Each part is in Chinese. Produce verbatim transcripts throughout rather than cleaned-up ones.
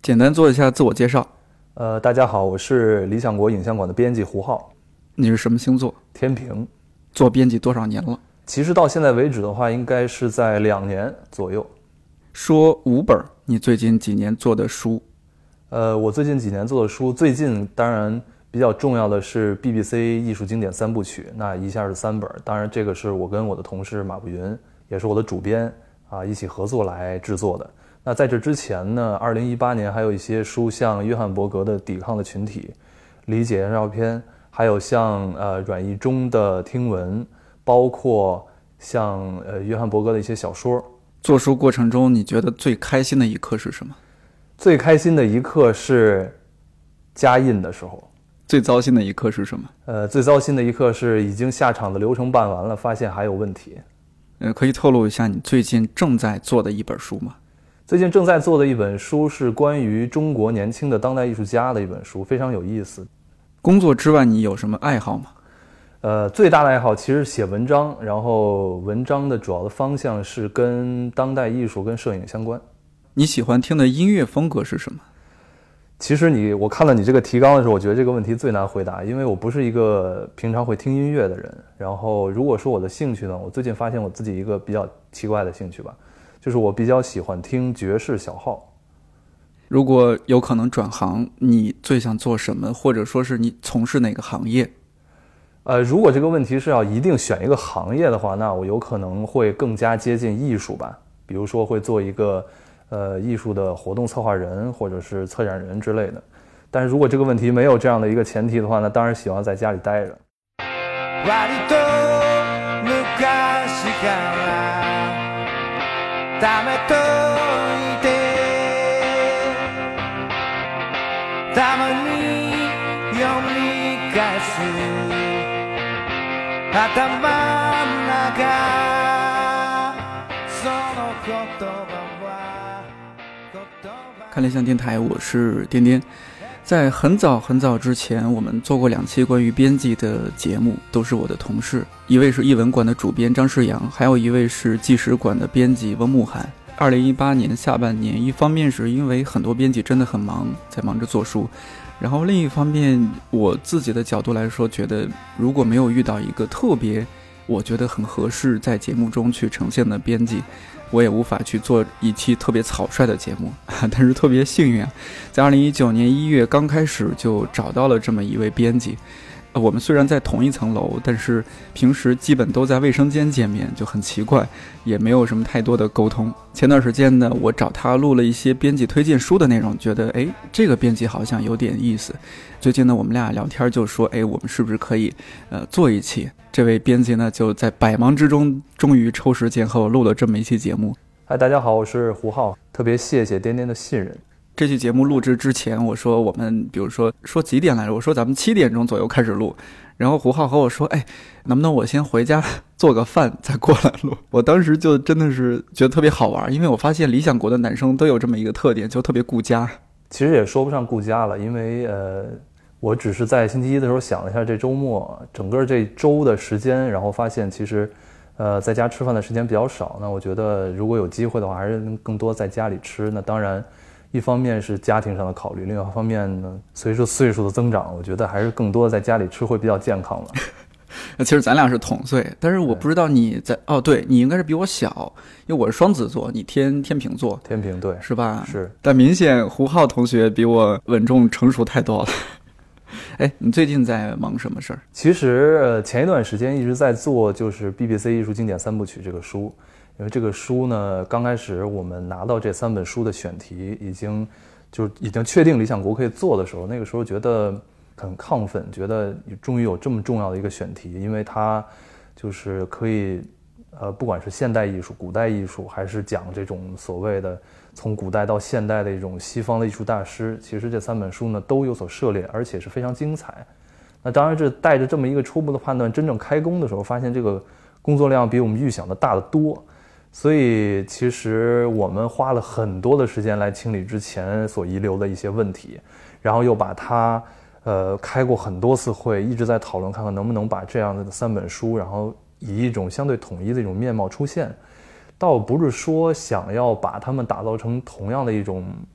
简单做一下自我介绍。 呃，大家好，我是理想国影像馆的编辑胡浩。 你是什么星座？ 天平。 做编辑多少年了？ 其实到现在为止的话，应该是在两年左右。 说五本你最近几年做的书。 呃，我最近几年做的书，最近当然比较重要的是 B B C 艺术经典三部曲，那一下是三本。当然这个是我跟我的同事马步云，也是我的主编啊，一起合作来制作的。那在这之前呢，二零一八年还有一些书，像约翰伯格的《抵抗的群体》、理解照片，还有像呃阮义忠的听闻，包括像呃约翰伯格的一些小说。 做书过程中，你觉得最开心的一刻是什么？ 最开心的一刻是加印的时候。 最糟心的一刻是什么？ 呃，最糟心的一刻是已经下场的流程办完了，发现还有问题。 呃，可以透露一下你最近正在做的一本书吗？ 最近正在做的一本书是关于中国年轻的当代艺术家的一本书，非常有意思。 工作之外，你有什么爱好吗？ 呃，最大的爱好其实是写文章，然后文章的主要的方向是跟当代艺术跟摄影相关。 你喜欢听的音乐风格是什么？ 其实你我看了你这个提纲的时候，我觉得这个问题最难回答，因为我不是一个平常会听音乐的人。然后如果说我的兴趣呢，我最近发现我自己一个比较奇怪的兴趣吧，就是我比较喜欢听爵士小号。 如果有可能转行，你最想做什么，或者说是你从事哪个行业？ 呃，如果这个问题是要一定选一个行业的话，那我有可能会更加接近艺术吧，比如说会做一个呃艺术的活动策划人或者是策展人之类的。但是如果这个问题没有这样的一个前提的话，那当然喜欢在家里待着。 看理想电台，我是颠颠。在很早很早之前，我们做过两期关于编辑的节目，都是我的同事，一位是艺文馆的主编张世阳，还有一位是纪实馆的编辑翁慕涵。二零一八年下半年，一方面是因为很多编辑真的很忙，在忙着做书，然后另一方面，我自己的角度来说，觉得如果没有遇到一个特别我觉得很合适在节目中去呈现的编辑，我也无法去做一期特别草率的节目。但是特别幸运啊，在二零一九年一月刚开始就找到了这么一位编辑。我们虽然在同一层楼，但是平时基本都在卫生间见面，就很奇怪，也没有什么太多的沟通。前段时间呢，我找他录了一些编辑推荐书的内容，觉得诶这个编辑好像有点意思。最近呢，我们俩聊天就说，诶我们是不是可以呃做一期？这位编辑呢，就在百忙之中终于抽时间和我录了这么一期节目。 嗨，大家好，我是胡浩，特别谢谢颠颠的信任。 这期节目录制之前，我说我们比如说说几点来着？我说咱们七点钟左右开始录，然后胡浩和我说，哎，能不能我先回家做个饭再过来录？我当时就真的是觉得特别好玩，因为我发现理想国的男生都有这么一个特点，就特别顾家。 其实也说不上顾家了，因为呃，我只是在星期一的时候想了一下这周末整个这周的时间，然后发现其实呃在家吃饭的时间比较少。那我觉得如果有机会的话，还是更多在家里吃。那当然一方面是家庭上的考虑，另外一方面呢，随着岁数的增长，我觉得还是更多的在家里吃会比较健康了。 其实咱俩是同岁，但是我不知道你在哦，对，你应该是比我小，因为我是双子座，你天天秤座， 天秤对， 是吧？ 是。 但明显胡浩同学比我稳重成熟太多了。哎，你最近在忙什么事儿？ 其实呃前一段时间一直在做就是 B B C 艺术经典三部曲这个书。因为这个书呢，刚开始我们拿到这三本书的选题，已经就已经确定理想国可以做的时候，那个时候觉得很亢奋，觉得终于有这么重要的一个选题，因为它就是可以，呃，不管是现代艺术、古代艺术，还是讲这种所谓的从古代到现代的一种西方的艺术大师，其实这三本书呢都有所涉猎，而且是非常精彩。那当然是带着这么一个初步的判断，真正开工的时候，发现这个工作量比我们预想的大得多。所以其实我们花了很多的时间来清理之前所遗留的一些问题，然后又把它呃开过很多次会，一直在讨论看看能不能把这样的三本书，然后以一种相对统一的一种面貌出现。倒不是说想要把它们打造成同样的一种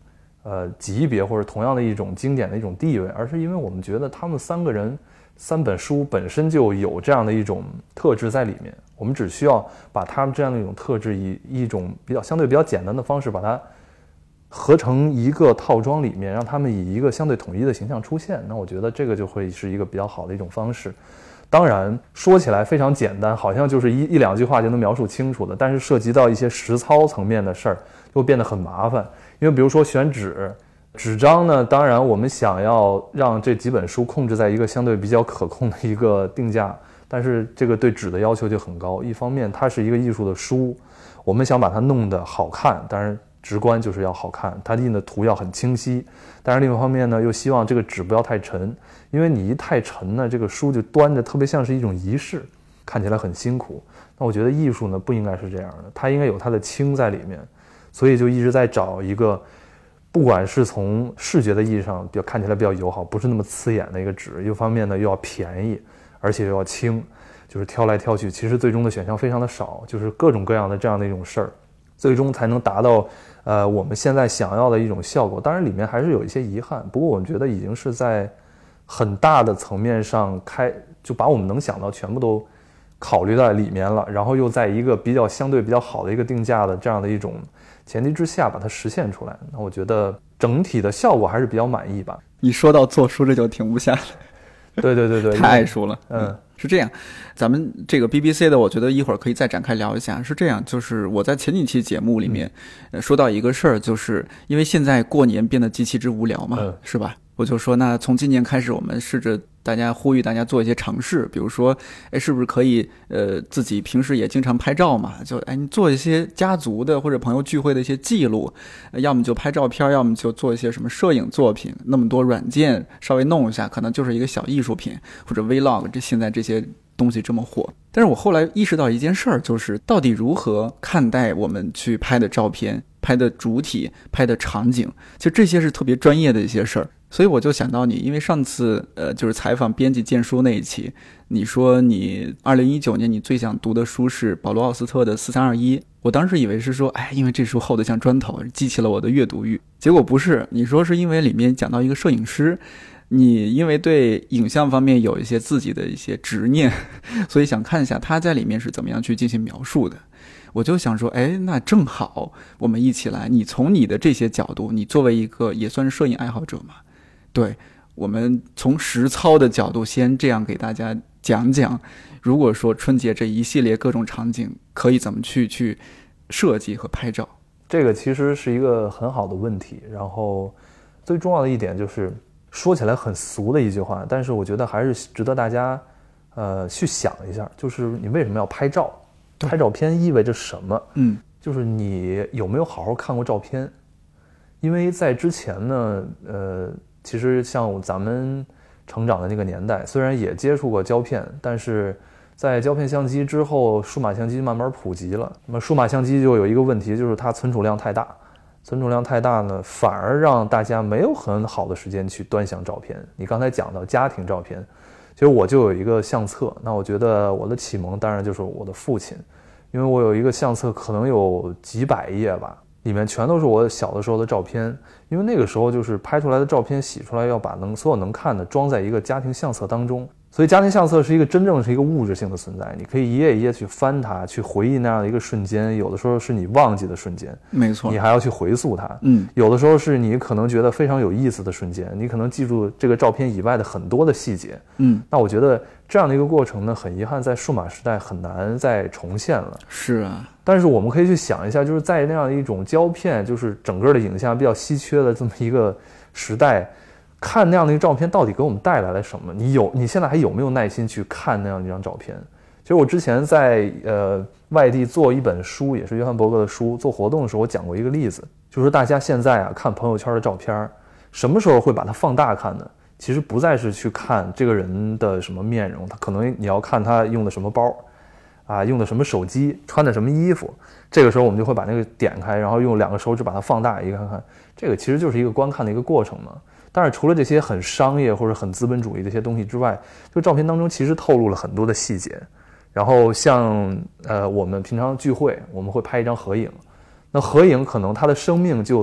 呃级别或者同样的一种经典的一种地位，而是因为我们觉得他们三个人三本书本身就有这样的一种特质在里面，我们只需要把他们这样的一种特质以一种比较相对比较简单的方式把它合成一个套装里面，让他们以一个相对统一的形象出现，那我觉得这个就会是一个比较好的一种方式。当然说起来非常简单，好像就是一一两句话就能描述清楚的，但是涉及到一些实操层面的事儿就变得很麻烦。因为比如说选纸纸张呢，当然我们想要让这几本书控制在一个相对比较可控的一个定价，但是这个对纸的要求就很高。一方面它是一个艺术的书，我们想把它弄得好看，当然直观就是要好看，它印的图要很清晰，但是另一方面呢又希望这个纸不要太沉，因为你一太沉呢，这个书就端着特别像是一种仪式，看起来很辛苦。那我觉得艺术呢不应该是这样的，它应该有它的轻在里面，所以就一直在找一个不管是从视觉的意义上比较看起来比较友好，不是那么刺眼的一个纸，一方面呢又要便宜而且又要轻，就是挑来挑去，其实最终的选项非常的少，就是各种各样的这样的一种事儿，最终才能达到呃我们现在想要的一种效果。当然里面还是有一些遗憾，不过我们觉得已经是在很大的层面上开，就把我们能想到全部都考虑在里面了，然后又在一个比较相对比较好的一个定价的这样的一种前提之下把它实现出来，那我觉得整体的效果还是比较满意吧。 你说到做书这就停不下来。 对对对对， 太爱书了。 嗯， 是这样，咱们这个 B B C 的，我觉得一会儿可以再展开聊一下。是这样，就是我在前几期节目里面，呃，说到一个事儿，就是因为现在过年变得极其之无聊嘛，嗯、是吧？我就说，那从今年开始，我们试着大家呼吁大家做一些尝试，比如说，哎，是不是可以呃自己平时也经常拍照嘛？就哎，你做一些家族的或者朋友聚会的一些记录，要么就拍照片，要么就做一些什么摄影作品。那么多软件稍微弄一下，可能就是一个小艺术品或者 Vlog。这现在这些东西这么火，但是我后来意识到一件事儿，就是到底如何看待我们去拍的照片、拍的主体、拍的场景，其实这些是特别专业的一些事儿。所以我就想到你，因为上次呃就是采访编辑荐书那一期，你说你二零一九年你最想读的书是保罗奥斯特的四三二一，我当时以为是说，哎，因为这书厚得像砖头，激起了我的阅读欲。结果不是，你说是因为里面讲到一个摄影师，你因为对影像方面有一些自己的一些执念，所以想看一下他在里面是怎么样去进行描述的。我就想说，哎，那正好我们一起来，你从你的这些角度，你作为一个也算是摄影爱好者嘛，对，我们从实操的角度先这样给大家讲讲，如果说春节这一系列各种场景可以怎么去去设计和拍照。 这个其实是一个很好的问题，然后最重要的一点就是说起来很俗的一句话，但是我觉得还是值得大家呃去想一下，就是你为什么要拍照，拍照片意味着什么？嗯，就是你有没有好好看过照片？因为在之前呢，呃其实像咱们成长的那个年代，虽然也接触过胶片，但是在胶片相机之后，数码相机慢慢普及了。那么数码相机就有一个问题，就是它存储量太大，存储量太大呢，反而让大家没有很好的时间去端详照片。你刚才讲到家庭照片，其实我就有一个相册，那我觉得我的启蒙当然就是我的父亲，因为我有一个相册，可能有几百页吧。里面全都是我小的时候的照片，因为那个时候就是拍出来的照片洗出来要把能所有能看的装在一个家庭相册当中，所以家庭相册是一个真正是一个物质性的存在，你可以一页一页去翻它，去回忆那样的一个瞬间，有的时候是你忘记的瞬间， 没错， 你还要去回溯它， 嗯， 有的时候是你可能觉得非常有意思的瞬间，你可能记住这个照片以外的很多的细节， 嗯， 那我觉得这样的一个过程呢，很遗憾在数码时代很难再重现了。 是啊， 但是我们可以去想一下，就是在那样一种胶片，就是整个的影像比较稀缺的这么一个时代，看那样的一个照片到底给我们带来了什么？你有，你现在还有没有耐心去看那样一张照片？其实我之前在呃外地做一本书，也是约翰伯格的书，做活动的时候我讲过一个例子，就是大家现在啊看朋友圈的照片，什么时候会把它放大看呢？其实不再是去看这个人的什么面容，他可能你要看他用的什么包。啊，用的什么手机，穿的什么衣服，这个时候我们就会把那个点开，然后用两个手指把它放大一看看，这个其实就是一个观看的一个过程嘛。但是除了这些很商业或者很资本主义这些东西之外，这个照片当中其实透露了很多的细节。然后像呃我们平常聚会，我们会拍一张合影，那合影可能它的生命就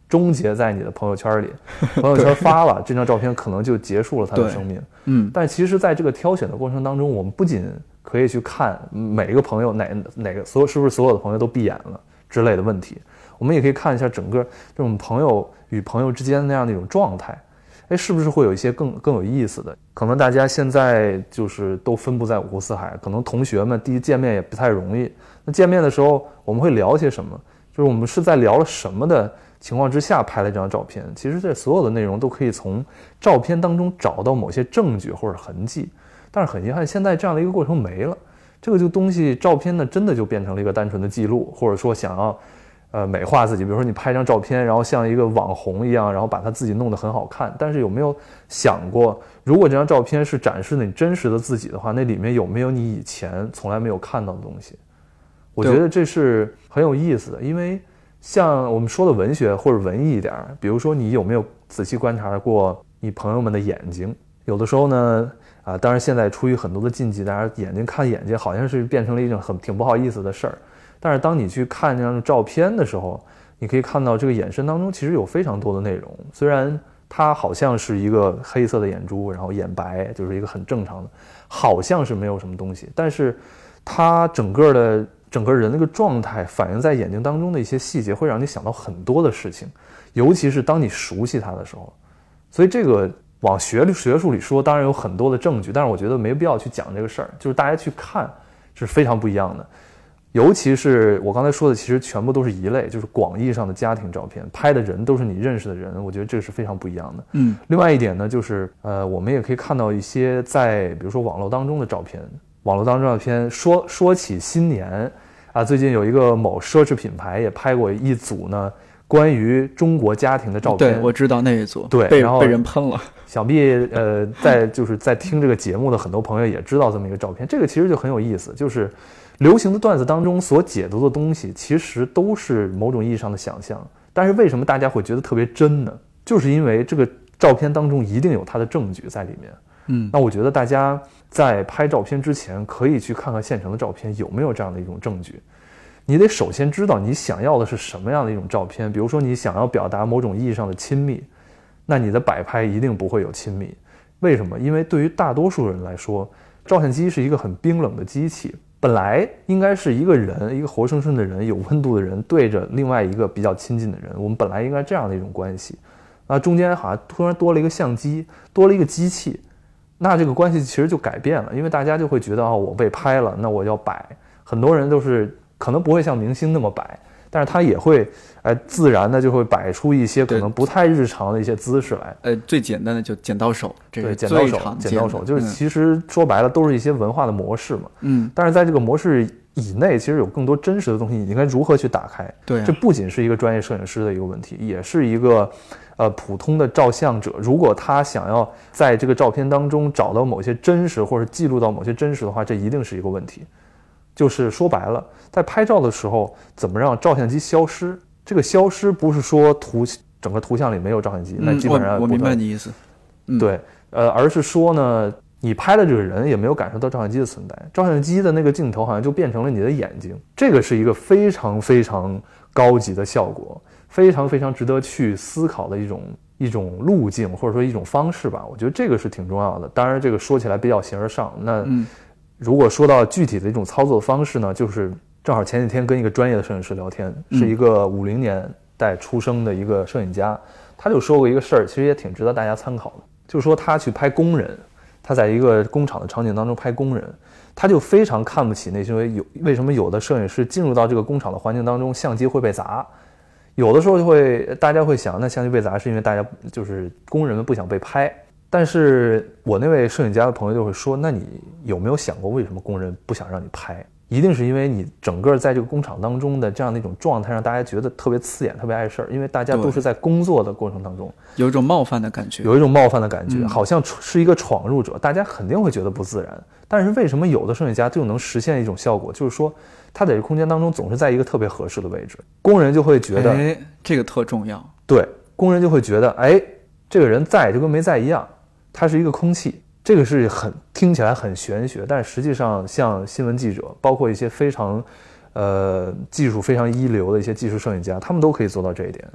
终结在你的朋友圈里，朋友圈发了这张照片可能就结束了他的生命。 嗯， 但其实在这个挑选的过程当中，我们不仅可以去看每个朋友哪哪个所有是不是所有的朋友都闭眼了之类的问题，我们也可以看一下整个这种朋友与朋友之间那样的一种状态，哎，是不是会有一些更更有意思的？可能大家现在就是都分布在五湖四海，可能同学们第一见面也不太容易。那见面的时候我们会聊些什么？就是我们是在聊了什么的情况之下拍了这张照片？其实这所有的内容都可以从照片当中找到某些证据或者痕迹。但是很遗憾，现在这样的一个过程没了。这个就东西照片呢，真的就变成了一个单纯的记录，或者说想要呃美化自己。比如说你拍张照片，然后像一个网红一样，然后把它自己弄得很好看。但是有没有想过，如果这张照片是展示你真实的自己的话，那里面有没有你以前从来没有看到的东西？我觉得这是很有意思的。因为像我们说的文学或者文艺一点，比如说你有没有仔细观察过你朋友们的眼睛？有的时候呢啊，当然现在出于很多的禁忌，大家眼睛看眼睛好像是变成了一种很挺不好意思的事儿。但是当你去看这张照片的时候，你可以看到这个眼神当中其实有非常多的内容。虽然它好像是一个黑色的眼珠，然后眼白，就是一个很正常的，好像是没有什么东西，但是它整个的整个人那个状态反映在眼睛当中的一些细节，会让你想到很多的事情，尤其是当你熟悉它的时候。所以这个往学学术里说，当然有很多的证据，但是我觉得没必要去讲这个事儿，就是大家去看是非常不一样的。尤其是我刚才说的，其实全部都是一类，就是广义上的家庭照片，拍的人都是你认识的人，我觉得这个是非常不一样的。 嗯， 另外一点呢，就是呃，我们也可以看到一些在比如说网络当中的照片，网络当中的照片说说起新年啊，最近有一个某奢侈品牌也拍过一组呢关于中国家庭的照片。 对，我知道那一组， 对， 被然后被人喷了。 想必呃，在就是在听这个节目的很多朋友也知道这么一个照片，这个其实就很有意思，就是流行的段子当中所解读的东西，其实都是某种意义上的想象。但是为什么大家会觉得特别真呢？就是因为这个照片当中一定有它的证据在里面。 嗯， 那我觉得大家在拍照片之前，可以去看看现成的照片有没有这样的一种证据。你得首先知道你想要的是什么样的一种照片，比如说你想要表达某种意义上的亲密，那你的摆拍一定不会有亲密。为什么？因为对于大多数人来说，照相机是一个很冰冷的机器，本来应该是一个人，一个活生生的人，有温度的人对着另外一个比较亲近的人，我们本来应该这样的一种关系。那中间好像突然多了一个相机，多了一个机器，那这个关系其实就改变了，因为大家就会觉得啊、哦，我被拍了，那我要摆。很多人都是可能不会像明星那么摆，但是他也会呃自然的就会摆出一些可能不太日常的一些姿势来。 呃，最简单的就剪刀手，这对， 是剪刀手， 最常见的。 剪刀手就是其实说白了都是一些文化的模式嘛。 嗯， 但是在这个模式以内，其实有更多真实的东西，你应该如何去打开？ 对、啊， 这不仅是一个专业摄影师的一个问题，也是一个呃普通的照相者，如果他想要在这个照片当中找到某些真实，或者记录到某些真实的话，这一定是一个问题。就是说白了，在拍照的时候，怎么让照相机消失？这个消失不是说图整个图像里没有照相机， 嗯、 那基本上我, 我明白你意思。 嗯、对，呃，而是说呢，你拍的这个人也没有感受到照相机的存在，照相机的那个镜头好像就变成了你的眼睛，这个是一个非常非常高级的效果，非常非常值得去思考的一种一种路径，或者说一种方式吧。我觉得这个是挺重要的。当然，这个说起来比较形而上，那。 嗯如果说到具体的一种操作方式呢，就是正好前几天跟一个专业的摄影师聊天，是一个五零年代出生的一个摄影家，他就说过一个事儿，其实也挺值得大家参考的，就是说他去拍工人，他在一个工厂的场景当中拍工人，他就非常看不起那些有为什么有的摄影师进入到这个工厂的环境当中，相机会被砸，有的时候就会大家会想，那相机被砸是因为大家就是工人们不想被拍。但是我那位摄影家的朋友就会说，那你有没有想过为什么工人不想让你拍？一定是因为你整个在这个工厂当中的这样的一种状态让大家觉得特别刺眼，特别碍事儿，因为大家都是在工作的过程当中有一种冒犯的感觉， 有一种冒犯的感觉、 嗯、 好像是一个闯入者，大家肯定会觉得不自然。但是为什么有的摄影家就能实现一种效果，就是说他在这个空间当中总是在一个特别合适的位置，工人就会觉得哎，这个特重要。 对，工人就会觉得哎，这个人在就跟没在一样，它是一个空气，这个是很听起来很玄学，但实际上像新闻记者，包括一些非常呃技术非常一流的一些技术摄影家，他们都可以做到这一点。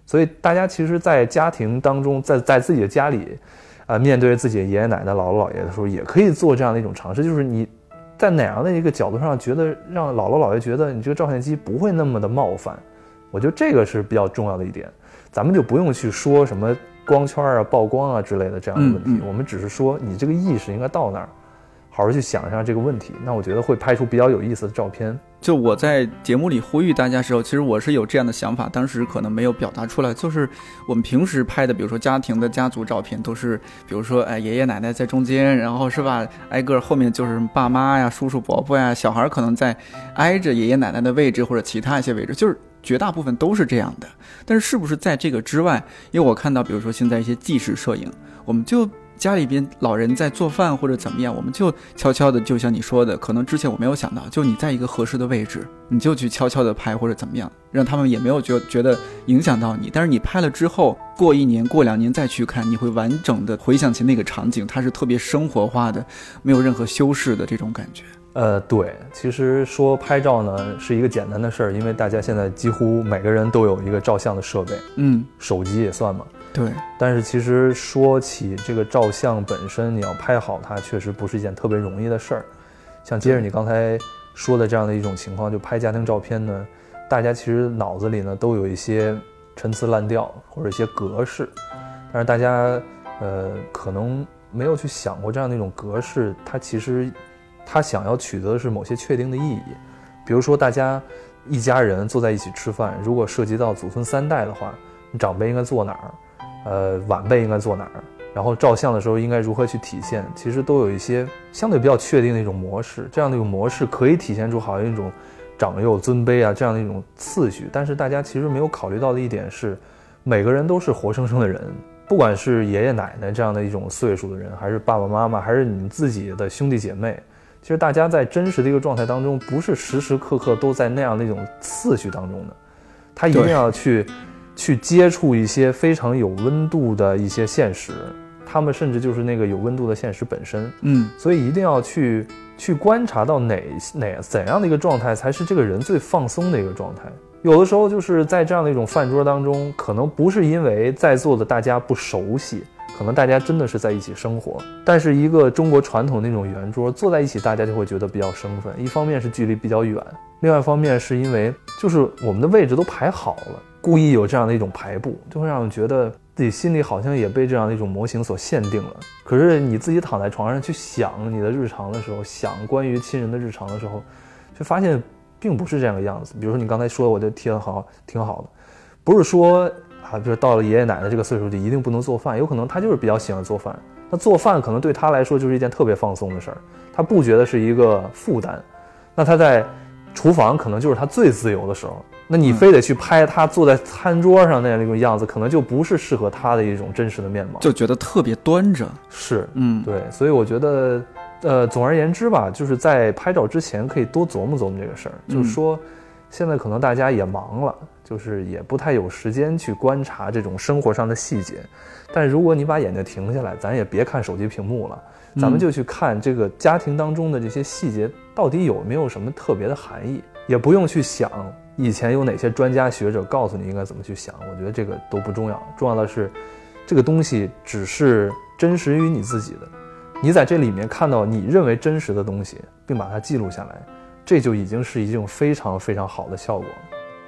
所以大家其实在家庭当中，在在自己的家里啊、呃，面对自己的爷爷奶奶姥姥姥爷的时候，也可以做这样的一种尝试，就是你在哪样的一个角度上觉得让姥姥姥爷觉得你这个照相机不会那么的冒犯，我觉得这个是比较重要的一点。咱们就不用去说什么光圈啊曝光啊之类的这样的问题、嗯嗯、我们只是说你这个意识应该到那儿，好好去想一下这个问题，那我觉得会拍出比较有意思的照片。 就我在节目里呼吁大家的时候，其实我是有这样的想法，当时可能没有表达出来，就是我们平时拍的比如说家庭的家族照片都是比如说哎爷爷奶奶在中间，然后是吧挨个后面就是爸妈呀叔叔伯伯呀，小孩可能在挨着爷爷奶奶的位置或者其他一些位置，就是绝大部分都是这样的。但是是不是在这个之外，因为我看到比如说现在一些纪实摄影，我们就家里边老人在做饭或者怎么样，我们就悄悄的，就像你说的，可能之前我没有想到，就你在一个合适的位置，你就去悄悄的拍或者怎么样，让他们也没有觉觉得影响到你。但是你拍了之后，过一年过两年再去看，你会完整的回想起那个场景，它是特别生活化的，没有任何修饰的这种感觉。 呃，对，其实说拍照呢是一个简单的事儿，因为大家现在几乎每个人都有一个照相的设备， 嗯， 手机也算嘛。 对， 但是其实说起这个照相本身，你要拍好它，确实不是一件特别容易的事儿。像接着你刚才说的这样的一种情况，就拍家庭照片呢，大家其实脑子里呢都有一些陈词滥调或者一些格式，但是大家呃可能没有去想过这样的一种格式，它其实它想要取得的是某些确定的意义。比如说大家一家人坐在一起吃饭，如果涉及到祖孙三代的话，长辈应该坐哪儿，呃，晚辈应该坐哪儿，然后照相的时候应该如何去体现，其实都有一些相对比较确定的一种模式。这样的一种模式可以体现出好像一种长幼尊卑啊这样的一种次序。但是大家其实没有考虑到的一点是，每个人都是活生生的人，不管是爷爷奶奶这样的一种岁数的人，还是爸爸妈妈，还是你们自己的兄弟姐妹，其实大家在真实的一个状态当中，不是时时刻刻都在那样的一种次序当中的，他一定要去去接触一些非常有温度的一些现实，他们甚至就是那个有温度的现实本身。 嗯， 所以一定要去去观察到哪哪怎样的一个状态才是这个人最放松的一个状态。有的时候就是在这样的一种饭桌当中，可能不是因为在座的大家不熟悉，可能大家真的是在一起生活，但是一个中国传统那种圆桌坐在一起，大家就会觉得比较生分。一方面是距离比较远，另外一方面是因为就是我们的位置都排好了，故意有这样的一种排布，就会让人觉得自己心里好像也被这样的一种模型所限定了。可是你自己躺在床上去想你的日常的时候，想关于亲人的日常的时候，却发现并不是这样的样子。比如说你刚才说的，我觉得提得好，挺好的，不是说啊，比如到了爷爷奶奶这个岁数就一定不能做饭，有可能他就是比较喜欢做饭，那做饭可能对他来说就是一件特别放松的事儿，他不觉得是一个负担，那他在厨房可能就是他最自由的时候，那你非得去拍他坐在餐桌上那样的一种样子，可能就不是适合他的一种真实的面貌， 就觉得特别端着。 是， 嗯， 对，所以我觉得呃，总而言之吧，就是在拍照之前可以多琢磨琢磨这个事儿、嗯、就是说现在可能大家也忙了，就是也不太有时间去观察这种生活上的细节，但如果你把眼睛停下来，咱也别看手机屏幕了，咱们就去看这个家庭当中的这些细节到底有没有什么特别的含义，也不用去想以前有哪些专家学者告诉你应该怎么去想，我觉得这个都不重要，重要的是这个东西只是真实于你自己的，你在这里面看到你认为真实的东西并把它记录下来，这就已经是一种非常非常好的效果了。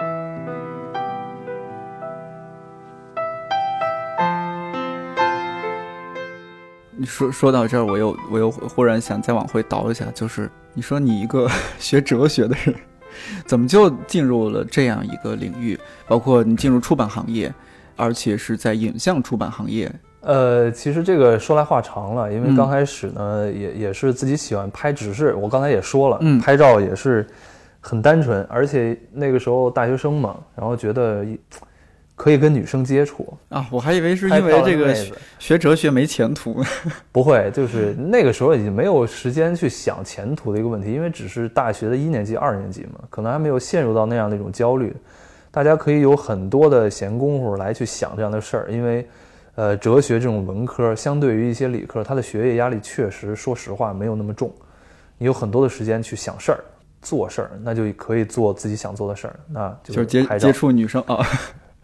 你说说到这儿，我又我又忽然想再往回倒一下，就是你说你一个学哲学的人，怎么就进入了这样一个领域？包括你进入出版行业，而且是在影像出版行业。 呃，其实这个说来话长了，因为刚开始呢，嗯、也也是自己喜欢拍，只是我刚才也说了，嗯、拍照也是很单纯，而且那个时候大学生嘛，然后觉得可以跟女生接触啊，我还以为是因为这个学哲学没前途。 不会，就是那个时候已经没有时间去想前途的一个问题，因为只是大学的一年级、二年级嘛，可能还没有陷入到那样的一种焦虑。大家可以有很多的闲工夫来去想这样的事儿，因为，呃，哲学这种文科相对于一些理科，它的学业压力确实，说实话没有那么重，你有很多的时间去想事儿、做事儿，那就可以做自己想做的事儿，那就是接接触女生啊。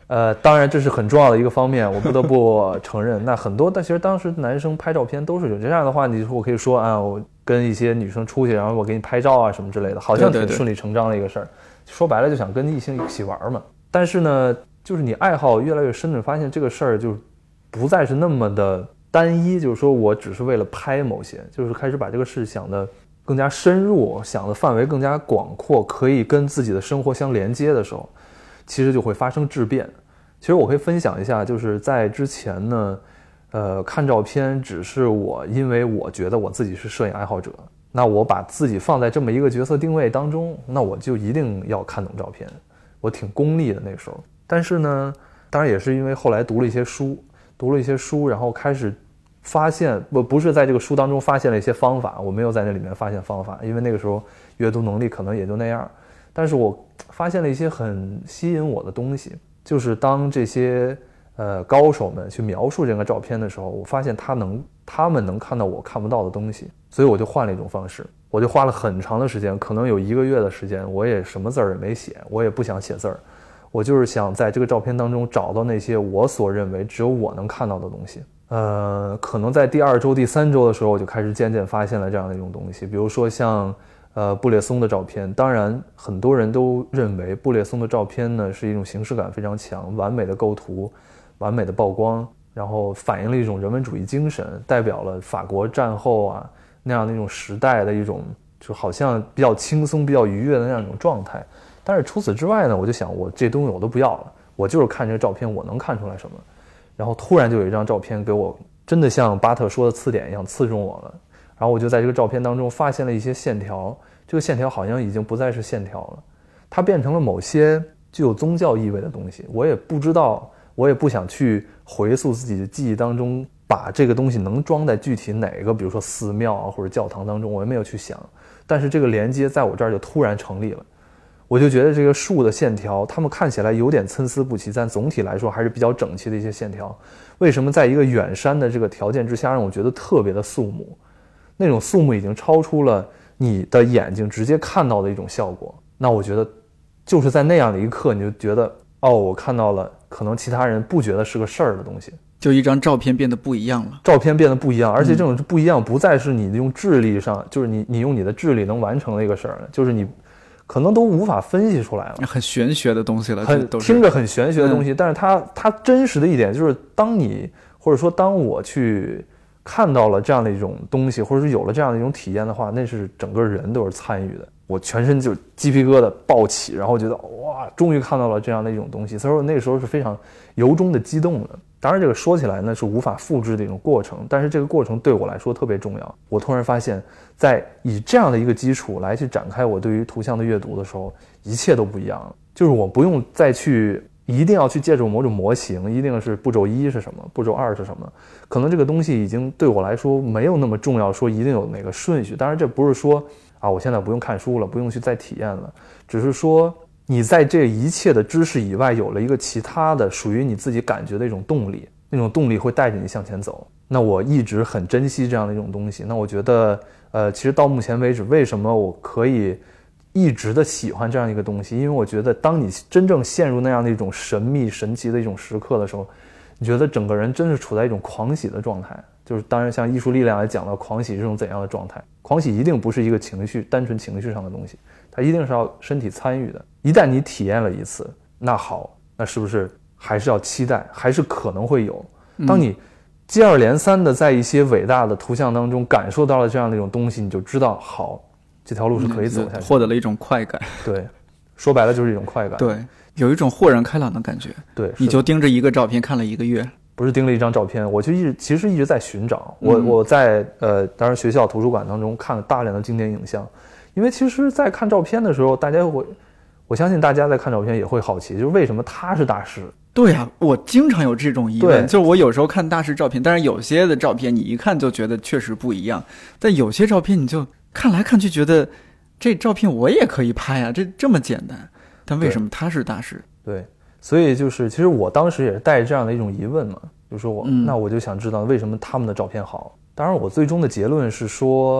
呃，当然这是很重要的一个方面，我不得不承认。那很多，但其实当时男生拍照片都是有这样的话，你我可以说啊，我跟一些女生出去，然后我给你拍照啊什么之类的，好像挺顺理成章的一个事儿。说白了就想跟异性一起玩嘛。但是呢，就是你爱好越来越深的，发现这个事儿就不再是那么的单一，就是说我只是为了拍某些，就是开始把这个事想的更加深入，想的范围更加广阔，可以跟自己的生活相连接的时候，其实就会发生质变。其实我可以分享一下，就是在之前呢，呃，看照片只是我因为我觉得我自己是摄影爱好者，那我把自己放在这么一个角色定位当中，那我就一定要看懂照片，我挺功利的那个时候。但是呢，当然也是因为后来读了一些书，读了一些书，然后开始发现，不不是在这个书当中发现了一些方法，我没有在那里面发现方法，因为那个时候阅读能力可能也就那样。但是我发现了一些很吸引我的东西，就是当这些呃高手们去描述这个照片的时候，我发现他能他们能看到我看不到的东西，所以我就换了一种方式，我就花了很长的时间，可能有一个月的时间，我也什么字儿也没写，我也不想写字儿，我就是想在这个照片当中找到那些我所认为只有我能看到的东西。呃，可能在第二周、第三周的时候，我就开始渐渐发现了这样的一种东西，比如说像呃布列松的照片。当然，很多人都认为布列松的照片呢是一种形式感非常强、完美的构图、完美的曝光，然后反映了一种人文主义精神，代表了法国战后啊那样的一种时代的一种，就好像比较轻松、比较愉悦的那样一种状态。但是除此之外呢，我就想，我这东西我都不要了，我就是看这个照片，我能看出来什么。然后突然就有一张照片给我真的像巴特说的刺点一样刺中我了，然后我就在这个照片当中发现了一些线条，这个线条好像已经不再是线条了，它变成了某些具有宗教意味的东西。我也不知道，我也不想去回溯自己的记忆当中，把这个东西能装在具体哪个，比如说寺庙啊或者教堂当中，我也没有去想。但是这个连接在我这儿就突然成立了。我就觉得这个树的线条，它们看起来有点参差不齐，但总体来说还是比较整齐的一些线条。为什么在一个远山的这个条件之下，让我觉得特别的肃穆？那种肃穆已经超出了你的眼睛直接看到的一种效果。那我觉得，就是在那样的一刻，你就觉得，哦，我看到了可能其他人不觉得是个事儿的东西。 就一张照片变得不一样了， 照片变得不一样，而且这种不一样不再是你用智力上，嗯、就是你你用你的智力能完成的一个事儿了，就是你。可能都无法分析出来了， 很玄学的东西了， 很听着很玄学的东西，嗯、但是它它真实的一点就是，当你或者说当我去看到了这样的一种东西，或者是有了这样的一种体验的话，那是整个人都是参与的，我全身就鸡皮疙瘩爆起，然后觉得哇，终于看到了这样的一种东西，所以说那个时候是非常由衷的激动的。当然这个说起来呢是无法复制的一种过程，但是这个过程对我来说特别重要。我突然发现在以这样的一个基础来去展开我对于图像的阅读的时候，一切都不一样了。就是我不用再去一定要去借助某种模型，一定是步骤一是什么，步骤二是什么，可能这个东西已经对我来说没有那么重要，说一定有哪个顺序。当然这不是说啊我现在不用看书了，不用去再体验了，只是说你在这一切的知识以外有了一个其他的属于你自己感觉的一种动力，那种动力会带着你向前走。那我一直很珍惜这样的一种东西。那我觉得呃，其实到目前为止，为什么我可以一直的喜欢这样一个东西，因为我觉得当你真正陷入那样的一种神秘神奇的一种时刻的时候，你觉得整个人真是处在一种狂喜的状态。就是当然像艺术力量也讲到狂喜是种怎样的状态，狂喜一定不是一个情绪单纯情绪上的东西，它一定是要身体参与的。一旦你体验了一次，那好，那是不是还是要期待，还是可能会有。当你接二连三的在一些伟大的图像当中感受到了这样的一种东西，你就知道好，这条路是可以走下去， 获得了一种快感。 对，说白了就是一种快感。 对，有一种豁然开朗的感觉。 对， 你就盯着一个照片看了一个月。 不是盯了一张照片，我就一直其实一直在寻找。我、嗯、我在呃，当然学校图书馆当中看了大量的经典影像，因为其实，在看照片的时候，大家会，我相信大家在看照片也会好奇，就是为什么他是大师？ 对啊，我经常有这种疑问，就是我有时候看大师照片，但是有些的照片你一看就觉得确实不一样，但有些照片你就看来看去觉得这照片我也可以拍啊，这这么简单，但为什么他是大师？ 对。所以就是，其实我当时也是带着这样的一种疑问嘛，就是我、嗯，那我就想知道为什么他们的照片好。当然，我最终的结论是说，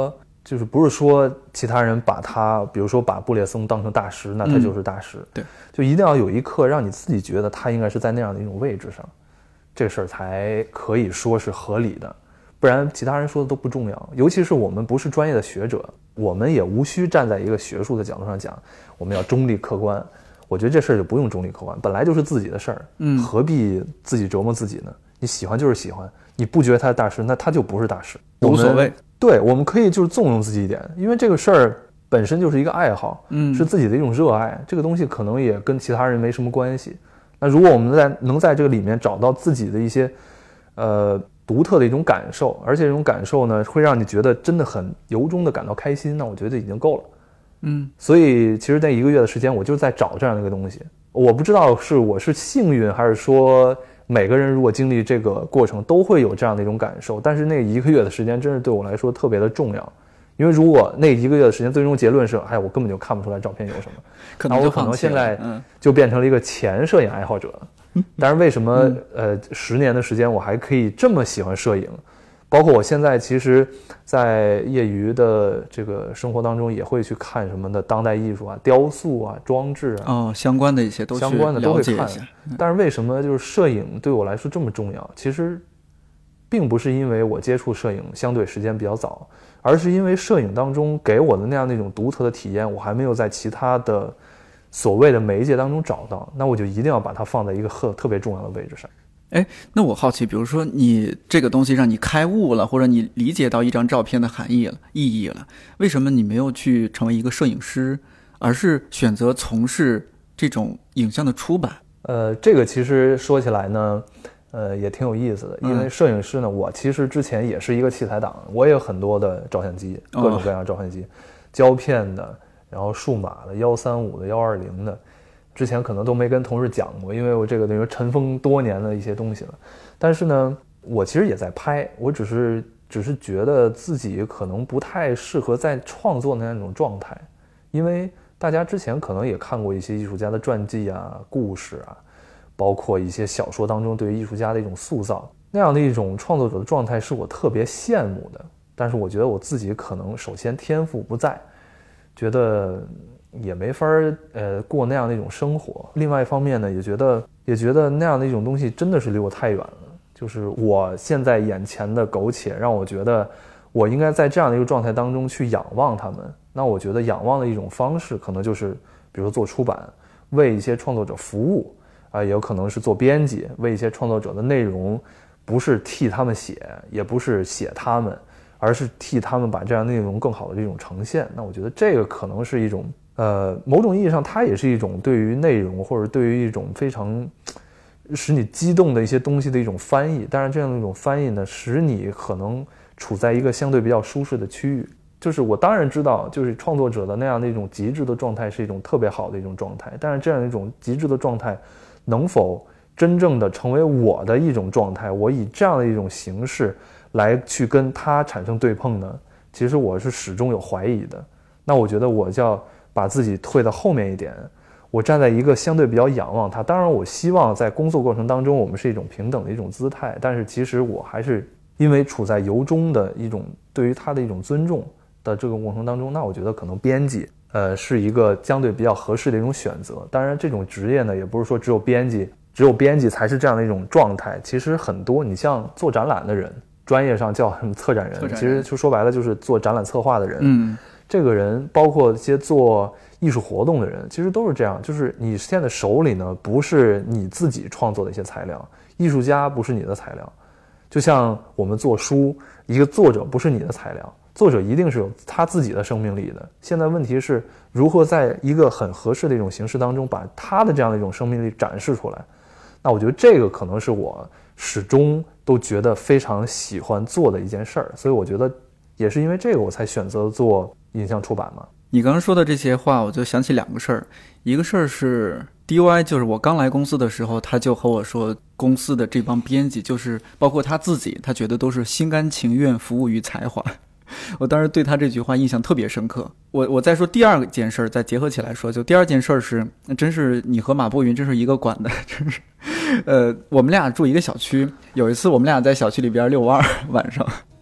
就是不是说其他人把他，比如说把布列松当成大师，那他就是大师。 嗯、对， 就一定要有一刻让你自己觉得他应该是在那样的一种位置上，这事儿才可以说是合理的。不然其他人说的都不重要，尤其是我们不是专业的学者，我们也无需站在一个学术的角度上讲我们要中立客观。我觉得这事儿就不用中立客观，本来就是自己的事儿，嗯，何必自己折磨自己呢？你喜欢就是喜欢，你不觉得他是大师，那他就不是大师， 无所谓。 对，我们可以就是纵容自己一点，因为这个事儿本身就是一个爱好，嗯，是自己的一种热爱，这个东西可能也跟其他人没什么关系。那如果我们在能在这个里面找到自己的一些呃独特的一种感受，而且这种感受呢会让你觉得真的很由衷的感到开心，那我觉得已经够了。嗯，所以其实那一个月的时间我就在找这样的一个东西。我不知道是我是幸运，还是说每个人如果经历这个过程都会有这样的一种感受，但是那一个月的时间真是对我来说特别的重要。因为如果那一个月的时间最终结论是哎，我根本就看不出来照片有什么， 可能就我可能现在就变成了一个前摄影爱好者。但是为什么、嗯、呃十年的时间我还可以这么喜欢摄影，包括我现在其实在业余的这个生活当中也会去看什么的当代艺术啊、雕塑啊、装置啊， 哦，相关的一些都相关的都会看。 嗯、 但是为什么就是摄影对我来说这么重要？其实并不是因为我接触摄影相对时间比较早，而是因为摄影当中给我的那样那种独特的体验，我还没有在其他的所谓的媒介当中找到，那我就一定要把它放在一个特特别重要的位置上。 哎，那我好奇，比如说你这个东西让你开悟了，或者你理解到一张照片的含义了、意义了，为什么你没有去成为一个摄影师，而是选择从事这种影像的出版？ 呃，这个其实说起来呢，呃，也挺有意思的，因为摄影师呢，嗯、我其实之前也是一个器材党，我也有很多的照相机，各种各样的照相机，哦、胶片的，然后数码的，幺三五的，幺二零的。之前可能都没跟同事讲过，因为我这个等于尘封多年的一些东西了。但是呢，我其实也在拍，我只是只是觉得自己可能不太适合在创作的那种状态，因为大家之前可能也看过一些艺术家的传记啊、故事啊，包括一些小说当中对于艺术家的一种塑造，那样的一种创作者的状态是我特别羡慕的。但是我觉得我自己可能首先天赋不在，觉得也没法呃过那样的一种生活。另外一方面呢，也觉得也觉得那样的一种东西真的是离我太远了。就是我现在眼前的苟且，让我觉得我应该在这样的一个状态当中去仰望他们。那我觉得仰望的一种方式，可能就是比如说做出版，为一些创作者服务啊、呃，也有可能是做编辑，为一些创作者的内容，不是替他们写，也不是写他们，而是替他们把这样内容更好的这种呈现。那我觉得这个可能是一种。呃，某种意义上，它也是一种对于内容或者对于一种非常使你激动的一些东西的一种翻译。当然，这样的一种翻译呢，使你可能处在一个相对比较舒适的区域。就是我当然知道，就是创作者的那样的一种极致的状态是一种特别好的一种状态。但是，这样一种极致的状态能否真正的成为我的一种状态？我以这样的一种形式来去跟它产生对碰呢？其实我是始终有怀疑的。那我觉得我叫。把自己退到后面一点，我站在一个相对比较仰望他。当然我希望在工作过程当中我们是一种平等的一种姿态，但是其实我还是因为处在由衷的一种对于他的一种尊重的这个过程当中，那我觉得可能编辑呃是一个相对比较合适的一种选择。当然这种职业呢也不是说只有编辑只有编辑才是这样的一种状态，其实很多你像做展览的人，专业上叫什么策展人，策展人其实就说白了就是做展览策划的人。嗯，这个人包括一些做艺术活动的人，其实都是这样，就是你现在手里呢不是你自己创作的一些材料，艺术家不是你的材料，就像我们做书，一个作者不是你的材料，作者一定是有他自己的生命力的。现在问题是如何在一个很合适的一种形式当中把他的这样的一种生命力展示出来。那我觉得这个可能是我始终都觉得非常喜欢做的一件事儿，所以我觉得也是因为这个我才选择做影像出版嘛。 你刚刚说的这些话，我就想起两个事儿。一个事儿是 D Y， 就是我刚来公司的时候，他就和我说，公司的这帮编辑，就是包括他自己，他觉得都是心甘情愿服务于才华。我当时对他这句话印象特别深刻。我我再说第二件事儿，再结合起来说，就第二件事儿是，真是你和马步云真是一个馆的，真是。呃，我们俩住一个小区，有一次我们俩在小区里边遛弯，晚上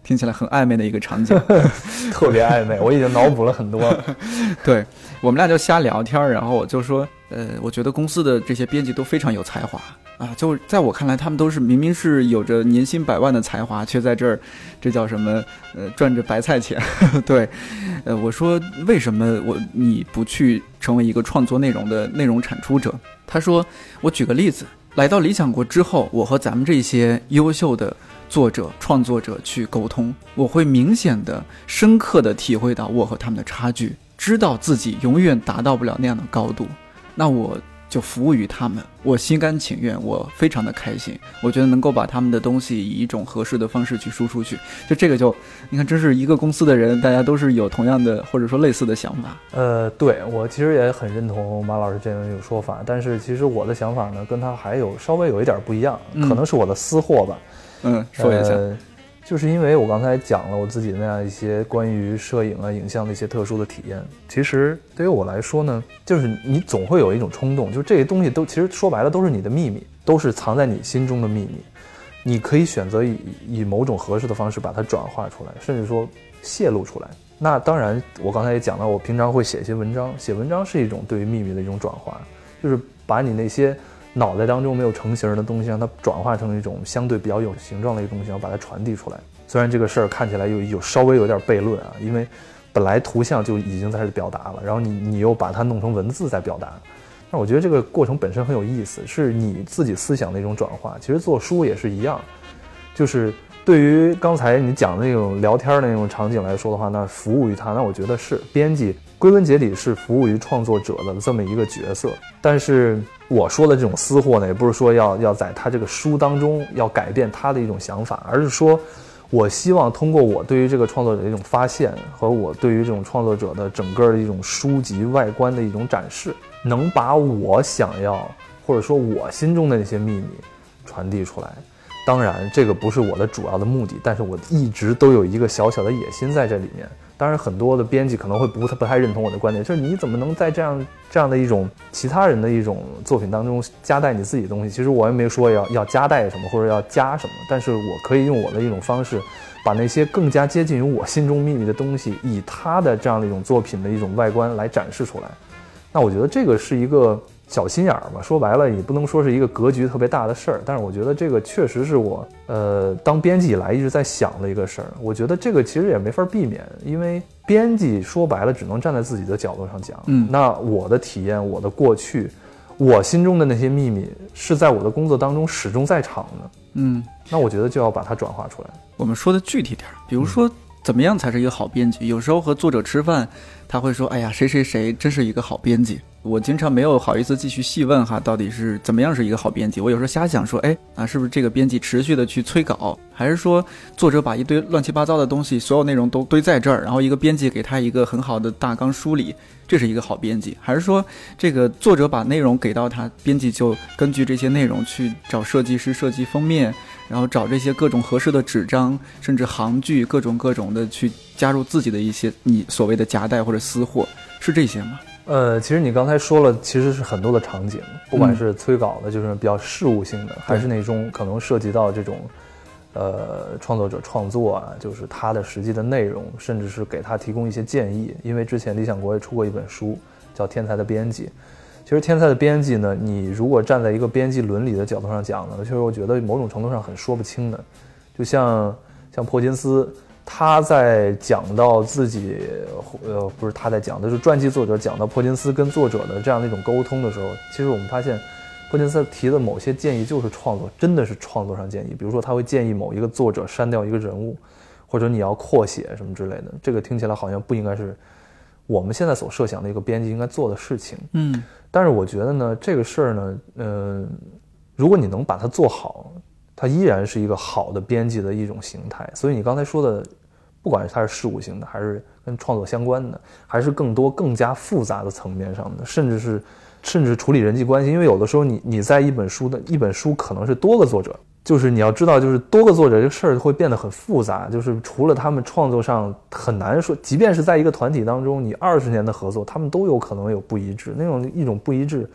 听起来很暧昧的一个场景。 特别暧昧，我已经脑补了很多。 对，我们俩就瞎聊天，然后我就说呃，我觉得公司的这些编辑都非常有才华啊，就在我看来他们都是明明是有着年薪百万的才华，却在这儿这叫什么呃赚着白菜钱。对，呃我说为什么我你不去成为一个创作内容的内容产出者？他说我举个例子，来到理想国之后，我和咱们这些优秀的作者创作者去沟通，我会明显的深刻的体会到我和他们的差距，知道自己永远达到不了那样的高度，那我就服务于他们，我心甘情愿，我非常的开心，我觉得能够把他们的东西以一种合适的方式去输出去，就这个就你看，真是一个公司的人，大家都是有同样的或者说类似的想法。 呃，对，我其实也很认同马老师这样一种说法，但是其实我的想法呢跟他还有稍微有一点不一样，可能是我的私货吧。 嗯，说一下。 呃就是因为我刚才讲了我自己那样一些关于摄影啊影像的一些特殊的体验，其实对于我来说呢，就是你总会有一种冲动，就是这些东西都其实说白了都是你的秘密，都是藏在你心中的秘密，你可以选择以以某种合适的方式把它转化出来，甚至说泄露出来。那当然我刚才也讲了，我平常会写一些文章，写文章是一种对于秘密的一种转化，就是把你那些脑袋当中没有成型的东西，让它转化成一种相对比较有形状的一个东西，然后把它传递出来。虽然这个事儿看起来有有稍微有点悖论啊，因为本来图像就已经在这表达了，然后你你又把它弄成文字在表达，但我觉得这个过程本身很有意思，是你自己思想的一种转化。其实做书也是一样，就是对于刚才你讲的那种聊天的那种场景来说的话，那服务于他，那我觉得是编辑归根结底是服务于创作者的这么一个角色。但是我说的这种私货呢，也不是说要要在他这个书当中要改变他的一种想法，而是说我希望通过我对于这个创作者的一种发现和我对于这种创作者的整个的一种书籍外观的一种展示，能把我想要或者说我心中的那些秘密传递出来。当然这个不是我的主要的目的，但是我一直都有一个小小的野心在这里面。当然很多的编辑可能会不不太认同我的观点，就是你怎么能在这样这样的一种其他人的一种作品当中夹带你自己的东西。其实我也没说要要夹带什么或者要加什么，但是我可以用我的一种方式把那些更加接近于我心中秘密的东西，以他的这样的一种作品的一种外观来展示出来。那我觉得这个是一个小心眼儿吧，说白了也不能说是一个格局特别大的事儿，但是我觉得这个确实是我呃当编辑以来一直在想的一个事儿。我觉得这个其实也没法避免，因为编辑说白了只能站在自己的角度上讲。嗯，那我的体验，我的过去，我心中的那些秘密是在我的工作当中始终在场的。嗯，那我觉得就要把它转化出来。 我们说的具体点，比如说、嗯、怎么样才是一个好编辑？有时候和作者吃饭，他会说：“哎呀，谁谁谁真是一个好编辑。”我经常没有好意思继续细问哈，到底是怎么样是一个好编辑。我有时候瞎想说，哎啊，是不是这个编辑持续的去催稿，还是说作者把一堆乱七八糟的东西，所有内容都堆在这儿，然后一个编辑给他一个很好的大纲梳理，这是一个好编辑？还是说这个作者把内容给到他，编辑就根据这些内容去找设计师设计封面，然后找这些各种合适的纸张，甚至行距，各种各种的去加入自己的一些你所谓的夹带或者私货，是这些吗？ 呃，其实你刚才说了，其实是很多的场景，不管是催稿的，就是比较事务性的，嗯、还是那种可能涉及到这种，呃，创作者创作啊，就是他的实际的内容，甚至是给他提供一些建议。因为之前理想国也出过一本书，叫《天才的编辑》。其实天才的编辑呢，你如果站在一个编辑伦理的角度上讲呢，其实我觉得某种程度上很说不清的。就像像珀金斯。他在讲到自己，呃，不是他在讲的，就是传记作者讲到珀金斯跟作者的这样的一种沟通的时候，其实我们发现，珀金斯提的某些建议就是创作，真的是创作上建议。比如说，他会建议某一个作者删掉一个人物，或者你要扩写什么之类的。这个听起来好像不应该是我们现在所设想的一个编辑应该做的事情。嗯，但是我觉得呢，这个事儿呢，呃，如果你能把它做好。它依然是一个好的编辑的一种形态，所以你刚才说的，不管是它是事务性的，还是跟创作相关的，还是更多更加复杂的层面上的，甚至是甚至处理人际关系，因为有的时候你你在一本书的一本书可能是多个作者，就是你要知道，就是多个作者这个事儿会变得很复杂，就是除了他们创作上很难说，即便是在一个团体当中，你二十年的合作，他们都有可能有不一致，那种一种不一致。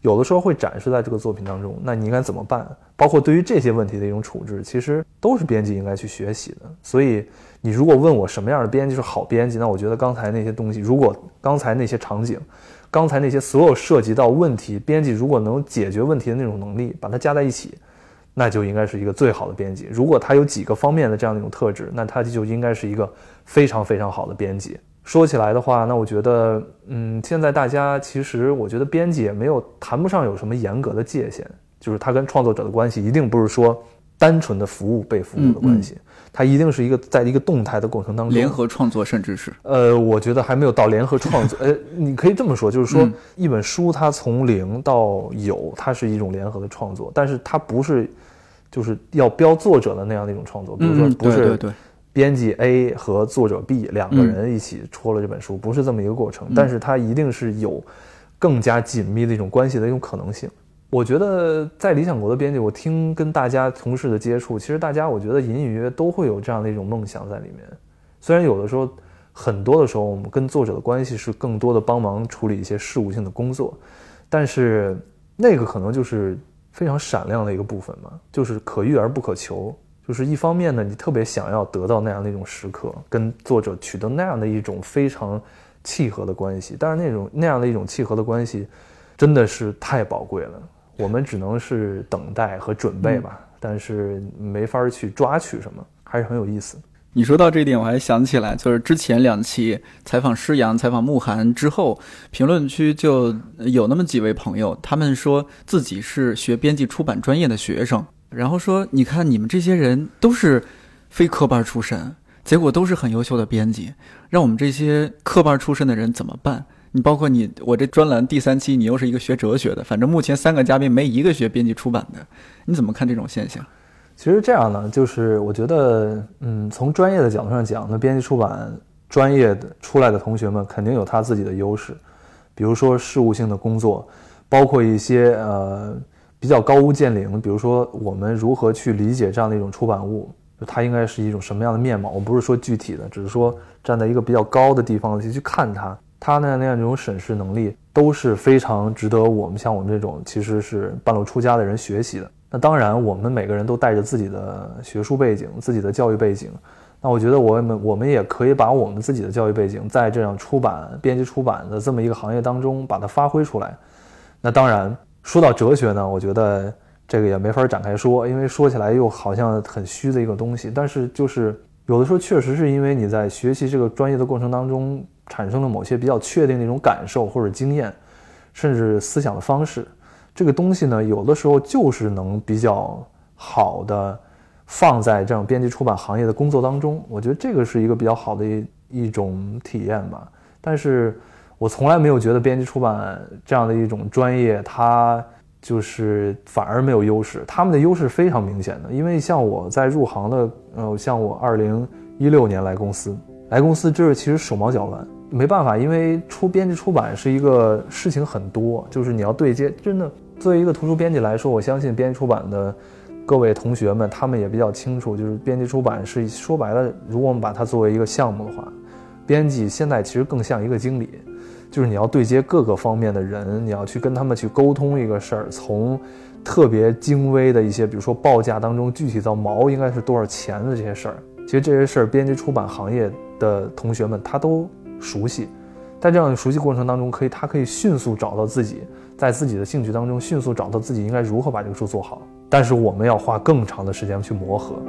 有的时候会展示在这个作品当中，那你应该怎么办？包括对于这些问题的一种处置，其实都是编辑应该去学习的。所以你如果问我什么样的编辑是好编辑，那我觉得刚才那些东西，如果刚才那些场景，刚才那些所有涉及到问题，编辑如果能解决问题的那种能力，把它加在一起，那就应该是一个最好的编辑。如果他有几个方面的这样的一种特质，那他就应该是一个非常非常好的编辑。说起来的话，那我觉得，嗯，现在大家其实，我觉得编辑也没有谈不上有什么严格的界限，就是他跟创作者的关系一定不是说单纯的服务被服务的关系，嗯嗯，它一定是一个在一个动态的过程当中联合创作，甚至是呃，我觉得还没有到联合创作，呃，你可以这么说，就是说、嗯、一本书它从零到有，它是一种联合的创作，但是它不是就是要标作者的那样的一种创作，比如说不是、嗯、对对对。编辑 A 和作者 B 两个人一起出了这本书、嗯、不是这么一个过程，但是它一定是有更加紧密的一种关系的一种可能性。我觉得在理想国的编辑，我听跟大家同事的接触，其实大家我觉得隐隐约约都会有这样的一种梦想在里面。虽然有的时候很多的时候我们跟作者的关系是更多的帮忙处理一些事务性的工作，但是那个可能就是非常闪亮的一个部分嘛，就是可遇而不可求。就是一方面呢，你特别想要得到那样的一种时刻，跟作者取得那样的一种非常契合的关系，但是那种那样的一种契合的关系真的是太宝贵了，我们只能是等待和准备吧、嗯、但是没法去抓取什么，还是很有意思。 你说到这一点，我还想起来，就是之前两期采访施洋、采访慕寒之后，评论区就有那么几位朋友，他们说自己是学编辑出版专业的学生，然后说你看你们这些人都是非科班出身，结果都是很优秀的编辑，让我们这些科班出身的人怎么办？你包括你，我这专栏第三期你又是一个学哲学的，反正目前三个嘉宾没一个学编辑出版的，你怎么看这种现象？ 其实这样呢，就是我觉得嗯，从专业的角度上讲，那编辑出版专业的出来的同学们肯定有他自己的优势，比如说事务性的工作，包括一些呃比较高屋建瓴，比如说我们如何去理解这样的一种出版物，它应该是一种什么样的面貌，我不是说具体的，只是说站在一个比较高的地方去看它，它那样那样一种审视能力都是非常值得我们像我们这种其实是半路出家的人学习的。那当然我们每个人都带着自己的学术背景，自己的教育背景，那我觉得我们我们也可以把我们自己的教育背景在这样出版编辑出版的这么一个行业当中把它发挥出来。那当然说到哲学呢，我觉得这个也没法展开说，因为说起来又好像很虚的一个东西，但是就是有的时候确实是因为你在学习这个专业的过程当中产生了某些比较确定的一种感受或者经验，甚至思想的方式，这个东西呢有的时候就是能比较好的放在这样编辑出版行业的工作当中，我觉得这个是一个比较好的 一, 一种体验吧。但是我从来没有觉得编辑出版这样的一种专业它就是反而没有优势，他们的优势非常明显的。因为像我在入行的呃，像我二零一六年来公司来公司这其实手忙脚乱，没办法，因为出编辑出版是一个事情很多，就是你要对接，真的作为一个图书编辑来说，我相信编辑出版的各位同学们他们也比较清楚，就是编辑出版是说白了，如果我们把它作为一个项目的话，编辑现在其实更像一个经理，就是你要对接各个方面的人，你要去跟他们去沟通一个事儿，从特别精微的一些比如说报价当中具体到毛应该是多少钱的这些事儿，其实这些事儿编辑出版行业的同学们他都熟悉，在这样的熟悉过程当中可以他可以迅速找到自己在自己的兴趣当中迅速找到自己应该如何把这个书做好，但是我们要花更长的时间去磨合。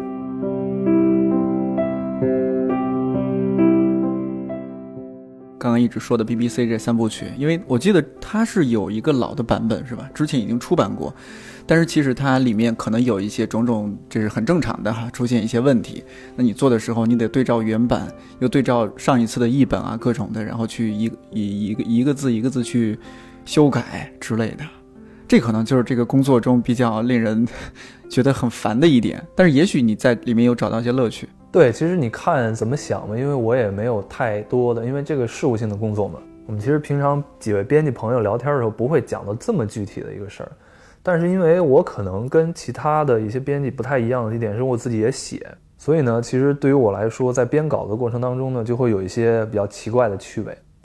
刚刚一直说的 B B C 这三部曲，因为我记得它是有一个老的版本是吧，之前已经出版过，但是其实它里面可能有一些种种，这是很正常的哈，出现一些问题，那你做的时候你得对照原版，又对照上一次的译本啊各种的，然后去一一一个一个字一个字去修改之类的，这可能就是这个工作中比较令人觉得很烦的一点，但是也许你在里面有找到一些乐趣。 对，其实你看怎么想嘛，因为我也没有太多的，因为这个事务性的工作嘛，我们其实平常几位编辑朋友聊天的时候不会讲到这么具体的一个事儿，但是因为我可能跟其他的一些编辑不太一样的一点是我自己也写，所以呢其实对于我来说在编稿的过程当中呢就会有一些比较奇怪的趣味，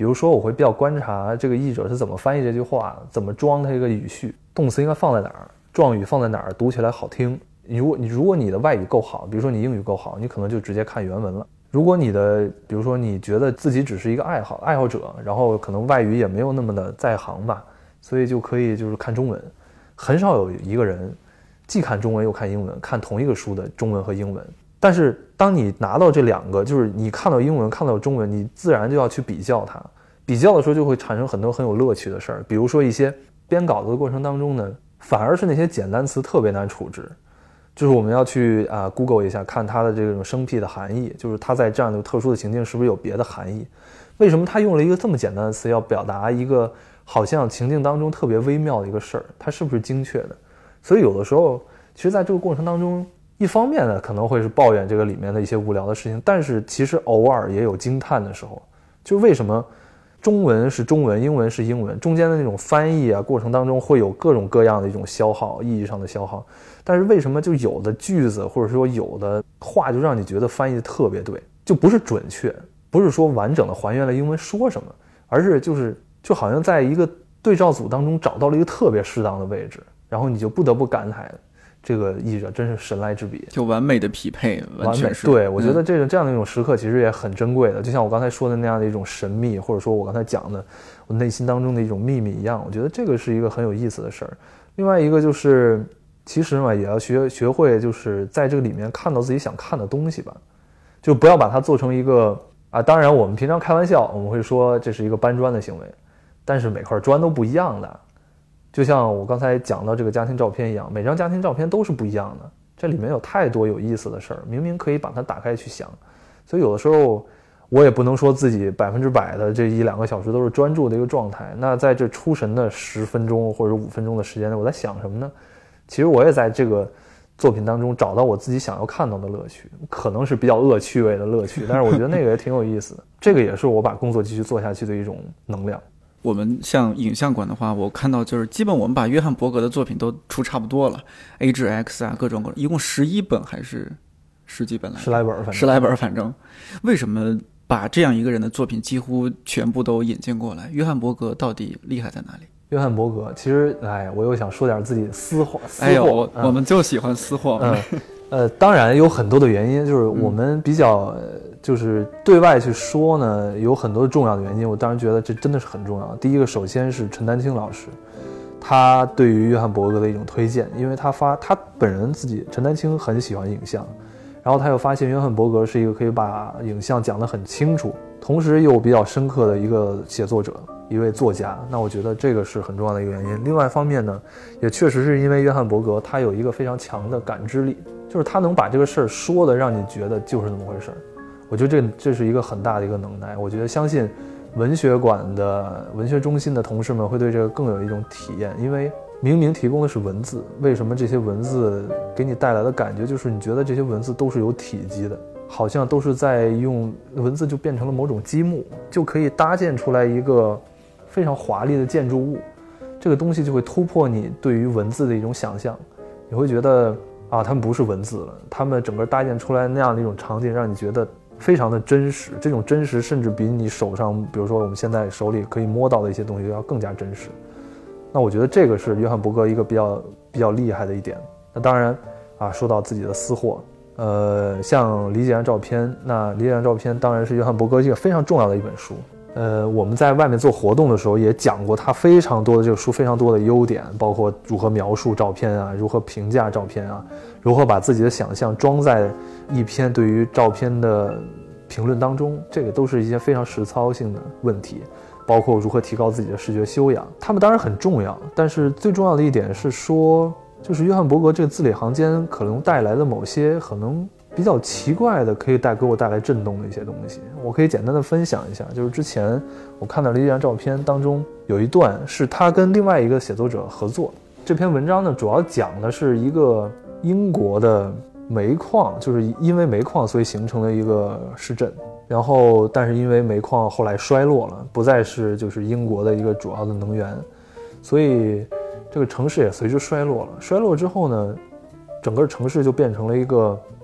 比如说我会比较观察这个译者是怎么翻译这句话，怎么装它这个语序，动词应该放在哪儿，状语放在哪儿，读起来好听。如果你如果你的外语够好，比如说你英语够好，你可能就直接看原文了。如果你的比如说你觉得自己只是一个爱好爱好者，然后可能外语也没有那么的在行吧，所以就可以就是看中文。很少有一个人既看中文又看英文，看同一个书的中文和英文。但是当你拿到这两个，就是你看到英文看到中文，你自然就要去比较它，比较的时候就会产生很多很有乐趣的事儿。比如说一些编稿子的过程当中呢，反而是那些简单词特别难处置，就是我们要去啊、呃、Google 一下，看它的这种生僻的含义，就是它在这样的特殊的情境是不是有别的含义？为什么它用了一个这么简单的词，要表达一个好像情境当中特别微妙的一个事儿？它是不是精确的？所以有的时候，其实在这个过程当中，一方面呢可能会是抱怨这个里面的一些无聊的事情，但是其实偶尔也有惊叹的时候。就为什么中文是中文，英文是英文，中间的那种翻译啊过程当中会有各种各样的一种消耗，意义上的消耗，但是为什么就有的句子或者说有的话就让你觉得翻译的特别对，就不是准确，不是说完整的还原了英文说什么，而是就是就好像在一个对照组当中找到了一个特别适当的位置，然后你就不得不感慨这个译者真是神来之笔， 就完美的匹配，完全是。 对，我觉得这个、嗯、这样的一种时刻其实也很珍贵的，就像我刚才说的那样的一种神秘，或者说我刚才讲的我内心当中的一种秘密一样，我觉得这个是一个很有意思的事儿。另外一个就是其实嘛也要学学会就是在这个里面看到自己想看的东西吧，就不要把它做成一个啊，当然我们平常开玩笑我们会说这是一个搬砖的行为，但是每块砖都不一样的，就像我刚才讲到这个家庭照片一样，每张家庭照片都是不一样的，这里面有太多有意思的事儿，明明可以把它打开去想。所以有的时候我也不能说自己百分之百的这一两个小时都是专注的一个状态，那在这出神的十分钟或者五分钟的时间内，我在想什么呢？其实我也在这个作品当中找到我自己想要看到的乐趣，可能是比较恶趣味的乐趣，但是我觉得那个也挺有意思的，这个也是我把工作继续做下去的一种能量。 我们像影像馆的话，我看到就是基本我们把约翰伯格的作品都出差不多了 ，A 至 X 啊，各种各种，一共十一本还是十几本来？ 十来本，反正十来本，反正。为什么把这样一个人的作品几乎全部都引进过来？约翰伯格到底厉害在哪里？ 约翰伯格，其实哎，我又想说点自己私话。私哎呦，我、嗯、我们就喜欢私货。 嗯，呃，当然有很多的原因，就是我们比较。嗯就是对外去说呢，有很多重要的原因，我当然觉得这真的是很重要。第一个，首先是陈丹青老师，他对于约翰伯格的一种推荐，因为他发他本人自己陈丹青很喜欢影像，然后他又发现约翰伯格是一个可以把影像讲得很清楚，同时又比较深刻的一个写作者，一位作家。那我觉得这个是很重要的一个原因。另外一方面呢，也确实是因为约翰伯格他有一个非常强的感知力，就是他能把这个事儿说的让你觉得就是那么回事儿。我觉得这这是一个很大的一个能耐，我觉得相信文学馆的文学中心的同事们会对这个更有一种体验，因为明明提供的是文字，为什么这些文字给你带来的感觉就是你觉得这些文字都是有体积的，好像都是在用文字就变成了某种积木，就可以搭建出来一个非常华丽的建筑物，这个东西就会突破你对于文字的一种想象，你会觉得啊，他们不是文字了，他们整个搭建出来那样的一种场景让你觉得非常的真实，这种真实甚至比你手上比如说我们现在手里可以摸到的一些东西要更加真实。那我觉得这个是约翰伯格一个比较比较厉害的一点。那当然啊，说到自己的私货，呃，像理解然照片，那理解然照片当然是约翰伯格一个非常重要的一本书。呃，我们在外面做活动的时候也讲过他非常多的这个书非常多的优点，包括如何描述照片啊，如何评价照片啊，如何把自己的想象装在一篇对于照片的评论当中，这个都是一些非常实操性的问题，包括如何提高自己的视觉修养，他们当然很重要，但是最重要的一点是说，就是约翰伯格这个字里行间可能带来的某些可能比较奇怪的可以带给我带来震动的一些东西，我可以简单的分享一下。就是之前我看到了一张照片当中有一段是他跟另外一个写作者合作，这篇文章呢主要讲的是一个英国的煤矿，就是因为煤矿所以形成了一个市镇，然后但是因为煤矿后来衰落了，不再是就是英国的一个主要的能源，所以这个城市也随之衰落了。衰落之后呢，整个城市就变成了一个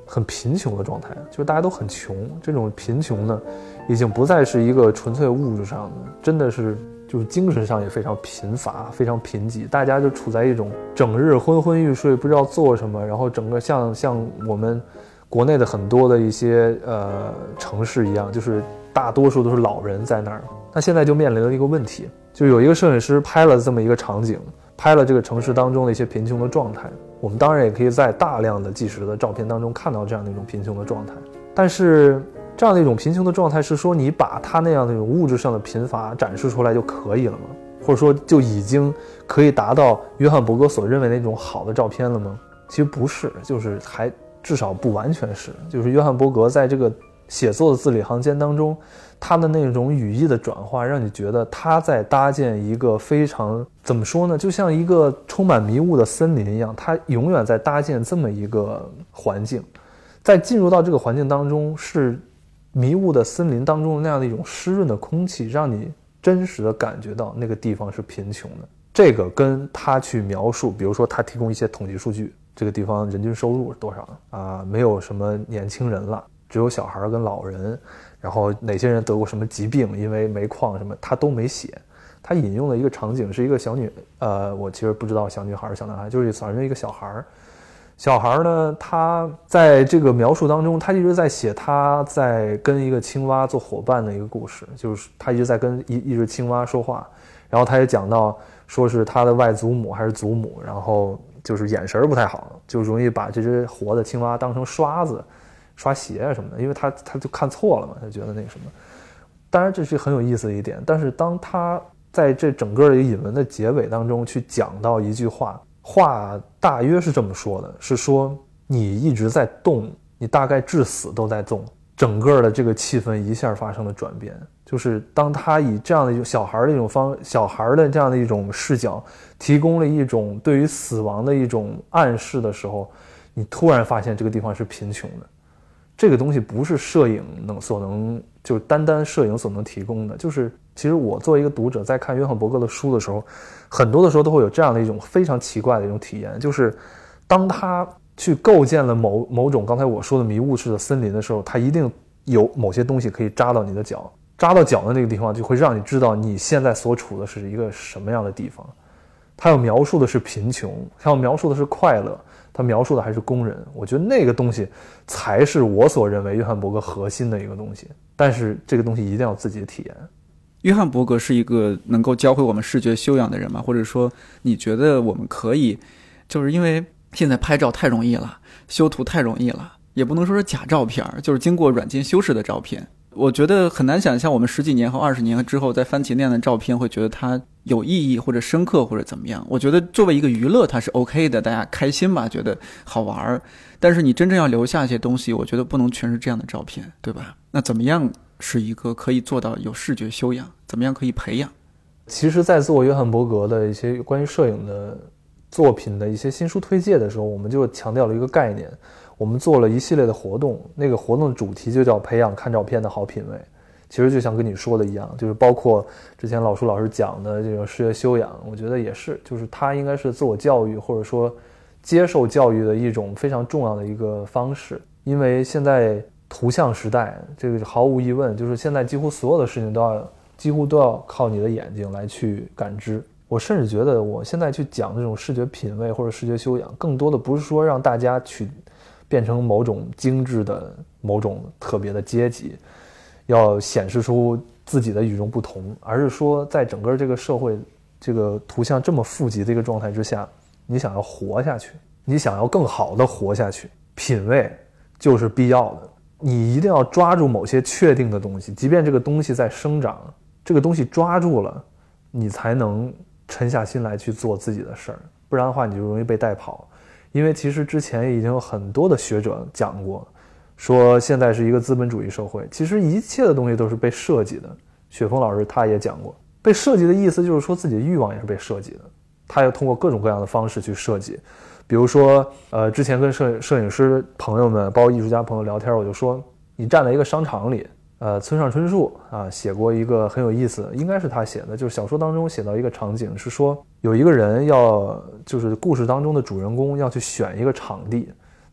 很贫穷的状态，就是大家都很穷。这种贫穷呢，已经不再是一个纯粹物质上的，真的是就是精神上也非常贫乏，非常贫瘠。大家就处在一种整日昏昏欲睡，不知道做什么，然后整个像像我们国内的很多的一些呃城市一样，就是大多数都是老人在那儿。那现在就面临了一个问题，就有一个摄影师拍了这么一个场景，拍了这个城市当中的一些贫穷的状态。我们当然也可以在大量的纪实的照片当中看到这样的一种贫穷的状态，但是这样的一种贫穷的状态是说你把他那样的一种物质上的贫乏展示出来就可以了吗？或者说就已经可以达到约翰伯格所认为的那种好的照片了吗？其实不是，就是还至少不完全是。就是约翰伯格在这个写作的字里行间当中，他的那种语义的转化让你觉得他在搭建一个非常怎么说呢，就像一个充满迷雾的森林一样，他永远在搭建这么一个环境。在进入到这个环境当中，是迷雾的森林当中那样的一种湿润的空气，让你真实的感觉到那个地方是贫穷的。这个跟他去描述，比如说他提供一些统计数据，这个地方人均收入是多少啊？没有什么年轻人了，只有小孩跟老人，然后哪些人得过什么疾病，因为煤矿什么他都没写。他引用的一个场景是一个小女呃我其实不知道小女孩小男孩，就是反正一个小孩小孩呢，他在这个描述当中，他一直在写他在跟一个青蛙做伙伴的一个故事，就是他一直在跟一一只青蛙说话，然后他也讲到说是他的外祖母还是祖母，然后就是眼神不太好，就容易把这只活的青蛙当成刷子刷鞋啊什么的，因为他他就看错了嘛，他觉得那个什么。当然这是很有意思的一点，但是当他在这整个的一个引文的结尾当中去讲到一句话，话大约是这么说的，是说你一直在动，你大概至死都在动。整个的这个气氛一下发生了转变，就是当他以这样的一种小孩的一种方小孩的这样的一种视角提供了一种对于死亡的一种暗示的时候，你突然发现这个地方是贫穷的。这个东西不是摄影能所能，就单单摄影所能提供的。就是其实我作为一个读者在看约翰伯格的书的时候，很多的时候都会有这样的一种非常奇怪的一种体验，就是当他去构建了某某种刚才我说的迷雾式的森林的时候，他一定有某些东西可以扎到你的脚，扎到脚的那个地方就会让你知道你现在所处的是一个什么样的地方。他要描述的是贫穷，他要描述的是快乐，他描述的还是工人。我觉得那个东西才是我所认为约翰伯格核心的一个东西，但是这个东西一定要自己体验。 约翰伯格是一个能够教会我们视觉修养的人吗？或者说你觉得我们可以，就是因为现在拍照太容易了，修图太容易了，也不能说是假照片，就是经过软件修饰的照片。我觉得很难想象我们十几年后二十年之后再翻起那样的照片会觉得它有意义或者深刻或者怎么样。我觉得作为一个娱乐它是 OK 的，大家开心吧，觉得好玩，但是你真正要留下一些东西，我觉得不能全是这样的照片，对吧？那怎么样是一个可以做到有视觉修养，怎么样可以培养？ 其实在做约翰伯格的一些关于摄影的作品的一些新书推介的时候，我们就强调了一个概念，我们做了一系列的活动，那个活动的主题就叫培养看照片的好品味。其实就像跟你说的一样，就是包括之前老舒老师讲的这种视觉修养，我觉得也是，就是它应该是自我教育或者说接受教育的一种非常重要的一个方式。因为现在图像时代，这个毫无疑问，就是现在几乎所有的事情都要几乎都要靠你的眼睛来去感知。我甚至觉得我现在去讲这种视觉品味或者视觉修养，更多的不是说让大家去变成某种精致的某种特别的阶级，要显示出自己的与众不同，而是说在整个这个社会这个图像这么富集的一个状态之下，你想要活下去，你想要更好的活下去，品味就是必要的。你一定要抓住某些确定的东西，即便这个东西在生长，这个东西抓住了，你才能沉下心来去做自己的事儿，不然的话你就容易被带跑。因为其实之前已经有很多的学者讲过，说现在是一个资本主义社会，其实一切的东西都是被设计的。雪峰老师他也讲过，被设计的意思就是说自己的欲望也是被设计的，他要通过各种各样的方式去设计。比如说呃，之前跟摄摄影师朋友们包括艺术家朋友聊天，我就说你站在一个商场里，呃，村上春树啊写过一个很有意思的，应该是他写的，就是小说当中写到一个场景，是说有一个人要就是故事当中的主人公要去选一个场地，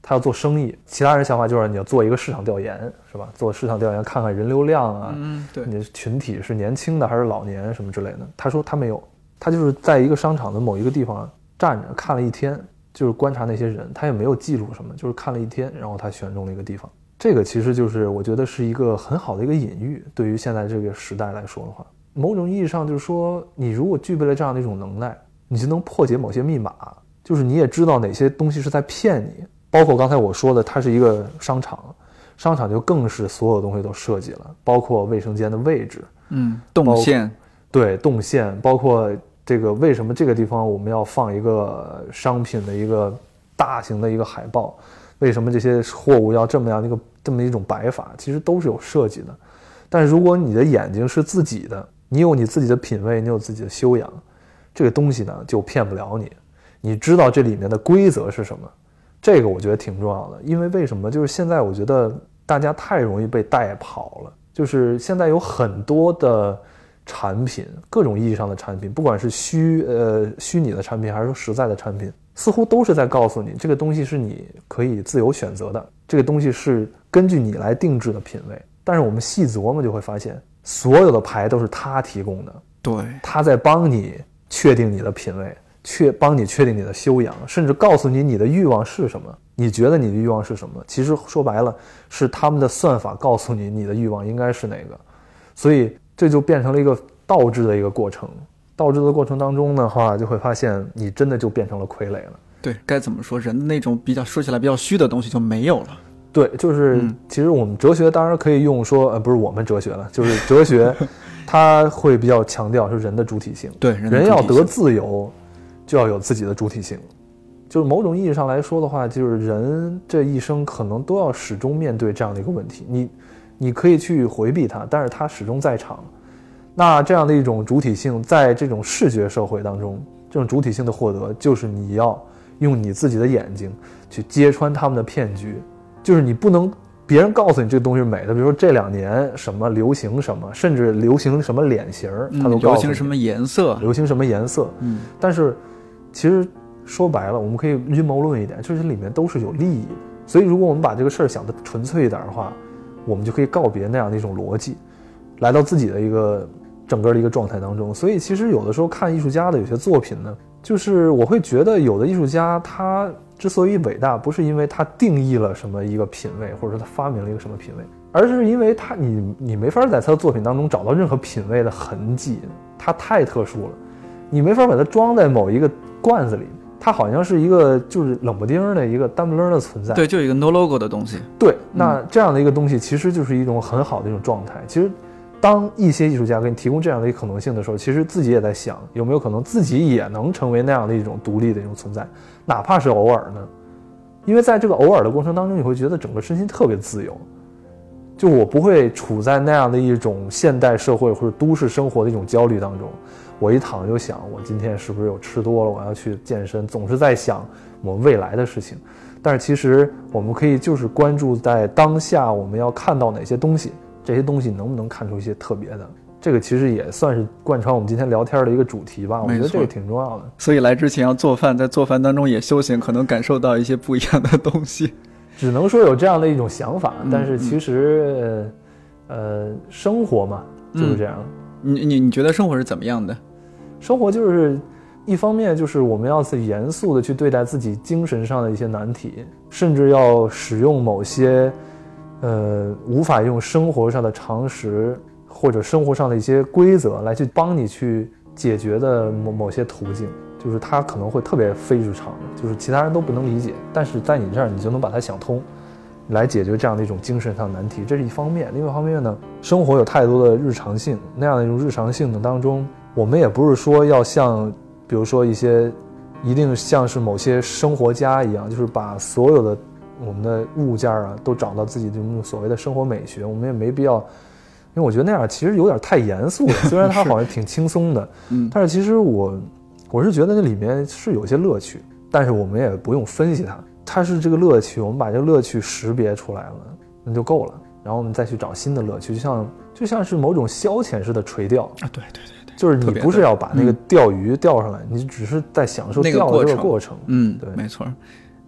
他要做生意，其他人想法就是你要做一个市场调研，是吧？做市场调研，看看人流量啊， 嗯，对， 你的群体是年轻的还是老年什么之类的。他说他没有，他就是在一个商场的某一个地方站着看了一天，就是观察那些人，他也没有记录什么，就是看了一天，然后他选中了一个地方。这个其实就是我觉得是一个很好的一个隐喻，对于现在这个时代来说的话，某种意义上就是说，你如果具备了这样的一种能耐，你就能破解某些密码，就是你也知道哪些东西是在骗你。包括刚才我说的，它是一个商场，商场就更是所有东西都设计了，包括卫生间的位置， 嗯，动线， 对，动线，包括这个为什么这个地方我们要放一个商品的一个大型的一个海报，为什么这些货物要这么样的一个这么一种摆法，其实都是有设计的。但是如果你的眼睛是自己的，你有你自己的品味，你有自己的修养，这个东西呢就骗不了你，你知道这里面的规则是什么。这个我觉得挺重要的，因为为什么？就是现在我觉得大家太容易被带跑了，就是现在有很多的产品，各种意义上的产品，不管是虚呃虚拟的产品还是说实在的产品，似乎都是在告诉你这个东西是你可以自由选择的，这个东西是根据你来定制的品味。但是我们细琢磨就会发现，所有的牌都是他提供的， 对， 他在帮你确定你的品味，确帮你确定你的修养，甚至告诉你你的欲望是什么，你觉得你的欲望是什么，其实说白了是他们的算法告诉你你的欲望应该是哪个。所以这就变成了一个倒置的一个过程，倒置的过程当中的话，就会发现你真的就变成了傀儡了。 对，该怎么说，人的那种比较说起来比较虚的东西就没有了。 对，就是其实我们哲学当然可以用说，呃，不是我们哲学了，就是哲学它会比较强调是人的主体性。 对，人的主体性， 人要得自由就要有自己的主体性。就是某种意义上来说的话，就是人这一生可能都要始终面对这样的一个问题，你你可以去回避它，但是它始终在场。那这样的一种主体性，在这种视觉社会当中，这种主体性的获得就是你要用你自己的眼睛去揭穿他们的骗局。就是你不能别人告诉你这个东西是美的，比如说这两年什么流行什么，甚至流行什么脸型，它都告诉你、嗯、 流行什么颜色， 流行什么颜色。嗯，但是其实说白了，我们可以阴谋论一点，就是里面都是有利益的。所以如果我们把这个事儿想得纯粹一点的话，我们就可以告别那样的一种逻辑，来到自己的一个整个的一个状态当中。所以其实有的时候看艺术家的有些作品呢，就是我会觉得有的艺术家他之所以伟大，不是因为他定义了什么一个品味，或者说他发明了一个什么品味，而是因为他你你没法在他的作品当中找到任何品味的痕迹，他太特殊了，你没法把它装在某一个罐子里，它好像是一个就是冷不丁的一个单不楞的存在。 对，就有一个 no logo 的东西。 对，那这样的一个东西其实就是一种很好的一种状态。其实当一些艺术家给你提供这样的一个可能性的时候，其实自己也在想有没有可能自己也能成为那样的一种独立的一种存在，哪怕是偶尔呢。因为在这个偶尔的过程当中，你会觉得整个身心特别自由，就我不会处在那样的一种现代社会或者都市生活的一种焦虑当中，我一躺就想我今天是不是有吃多了，我要去健身，总是在想我们未来的事情。但是其实我们可以就是关注在当下，我们要看到哪些东西，这些东西能不能看出一些特别的，这个其实也算是贯穿我们今天聊天的一个主题吧。我觉得这个挺重要的。 所以来之前要做饭，在做饭当中也修行，可能感受到一些不一样的东西。 只能说有这样的一种想法，嗯、但是其实、嗯、呃生活嘛就是这样。 嗯、你你你觉得生活是怎么样的？ 生活就是一方面就是我们要去严肃的去对待自己精神上的一些难题，甚至要使用某些呃无法用生活上的常识或者生活上的一些规则来去帮你去解决的某某些途径，就是它可能会特别非日常，就是其他人都不能理解，但是在你这儿你就能把它想通，来解决这样的一种精神上的难题，这是一方面。另外一方面呢，生活有太多的日常性，那样的一种日常性的当中，我们也不是说要像比如说一些一定像是某些生活家一样，就是把所有的我们的物件啊都找到自己这种所谓的生活美学，我们也没必要，因为我觉得那样其实有点太严肃了，虽然它好像挺轻松的嗯，但是其实我我是觉得那里面是有些乐趣，但是我们也不用分析它，它是这个乐趣，我们把这个乐趣识别出来了那就够了，然后我们再去找新的乐趣，就像就像是某种消遣式的垂钓啊，对对对对， 就是你不是要把那个钓鱼钓上来、嗯、你只是在享受钓的这个过程、 嗯，对，没错。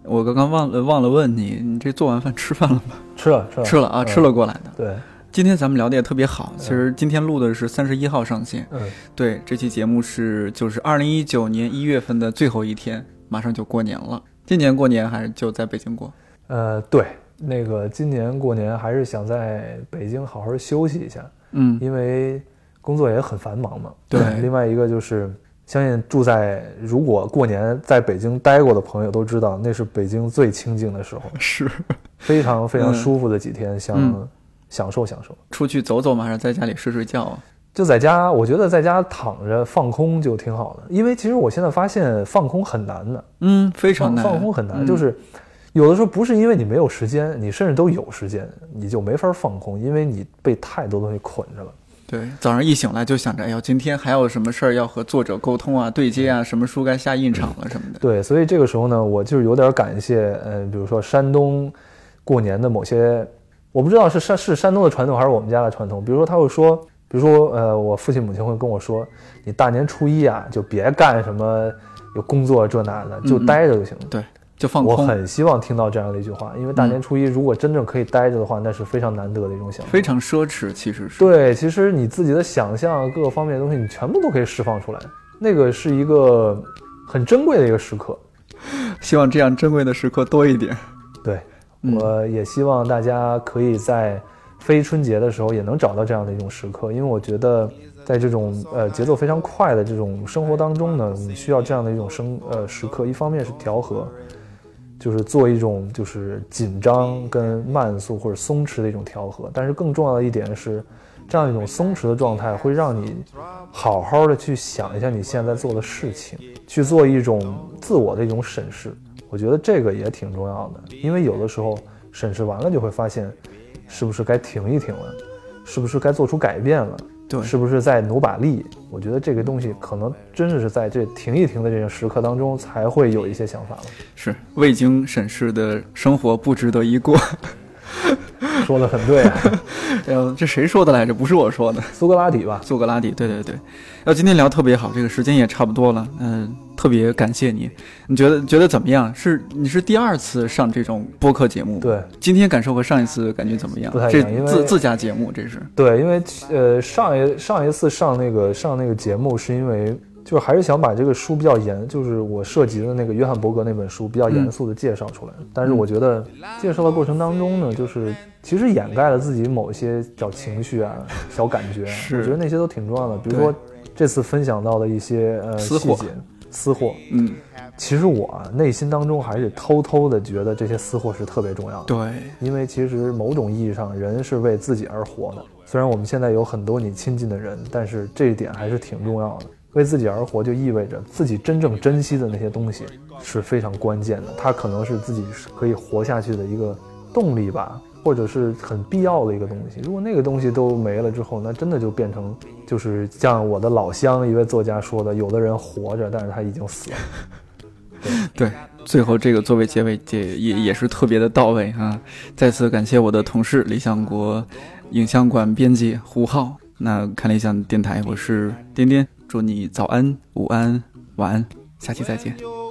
我刚刚忘了忘了问你，你这做完饭吃饭了吗？ 吃了吃了吃了啊， 嗯、 吃了过来的。 对， 今天咱们聊的也特别好，其实今天录的是三十一号上线。 嗯， 对，这期节目是就是二零一九年一月份的最后一天，马上就过年了。今年过年还是就在北京过？ 呃，对，那个今年过年还是想在北京好好休息一下。 嗯， 因为工作也很繁忙嘛。 对， 另外一个就是相信住在如果过年在北京待过的朋友都知道，那是北京最清静的时候， 是非常非常舒服的几天， 嗯、 想、嗯、享受享受。 出去走走吗？还是在家里睡睡觉啊？ 就在家，我觉得在家躺着放空就挺好的，因为其实我现在发现放空很难的。 嗯，非常难。 放, 放空很难、嗯、就是有的时候不是因为你没有时间，你甚至都有时间，你就没法放空，因为你被太多东西捆着了。 对，早上一醒来就想着，哎呦，今天还有什么事儿要和作者沟通啊、对接啊，什么书该下印场了什么的。 对，所以这个时候呢，我就是有点感谢，呃，比如说山东过年的某些，我不知道是山是山东的传统还是我们家的传统。比如说他会说，比如说呃，我父亲母亲会跟我说，你大年初一啊，就别干什么有工作这那的，就待着就行了。 嗯嗯对。就放空。 我很希望听到这样的一句话，因为大年初一如果真正可以待着的话、嗯、那是非常难得的一种享受， 非常奢侈。其实是对，其实你自己的想象各个方面的东西你全部都可以释放出来，那个是一个很珍贵的一个时刻。 希望这样珍贵的时刻多一点。 对、嗯、我也希望大家可以在非春节的时候也能找到这样的一种时刻，因为我觉得在这种呃节奏非常快的这种生活当中呢，你需要这样的一种生呃时刻，一方面是调和，就是做一种就是紧张跟慢速或者松弛的一种调和，但是更重要的一点是，这样一种松弛的状态会让你好好的去想一下你现在做的事情，去做一种自我的一种审视。我觉得这个也挺重要的，因为有的时候审视完了就会发现，是不是该停一停了，是不是该做出改变了， 对， 是不是再努把力。我觉得这个东西可能真的是在这停一停的这个时刻当中才会有一些想法了。 是，未经审视的生活不值得一过。 说得很对啊。 哎呦，这谁说的来着？不是我说的， 苏格拉底吧？ 苏格拉底，对对对。要今天聊特别好，这个时间也差不多了，嗯、呃，特别感谢你。你觉得觉得怎么样？是你是第二次上这种播客节目？ 对。 今天感受和上一次感觉怎么样？ 不太一样，因为自自家节目这是。 对，因为呃上一上一次上那个上那个节目是因为。就是还是想把这个书比较严，就是我涉及的那个约翰伯格那本书比较严肃的介绍出来、嗯、但是我觉得介绍的过程当中呢，就是其实掩盖了自己某些小情绪啊小感觉、啊、我觉得那些都挺重要的，比如说这次分享到的一些呃私货细节私货， 嗯， 其实我啊内心当中还是偷偷的觉得这些私货是特别重要的。 对， 因为其实某种意义上人是为自己而活的，虽然我们现在有很多你亲近的人，但是这一点还是挺重要的。为自己而活就意味着自己真正珍惜的那些东西是非常关键的，它可能是自己可以活下去的一个动力吧，或者是很必要的一个东西。如果那个东西都没了之后，那真的就变成就是像我的老乡一位作家说的，有的人活着但是他已经死了。 对，最后这个作为结尾也也也是特别的到位啊！再次感谢我的同事理想国影像馆编辑胡浩。那看理想电台，我是颠颠，祝你早安、午安、晚安，下期再见。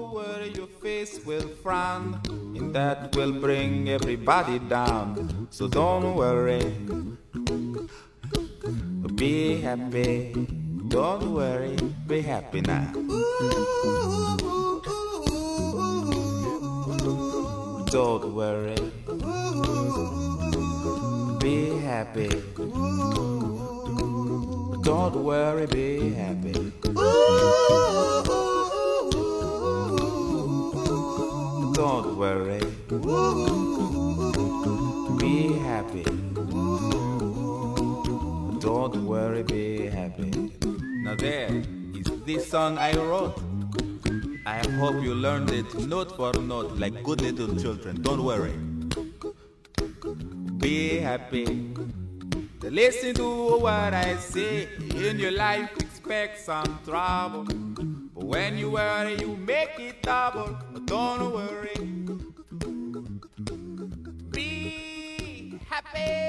Don't worry, be happy. Don't worry, be happy. Don't worry, be happy. Don't worry, be happy. Now there is this song I wrote. I hope you learned it note for note like good little children. Don't worry. Be happy. Listen to what I say. In your life expect some trouble, but when you worry you make it double. Don't worry. Be happy.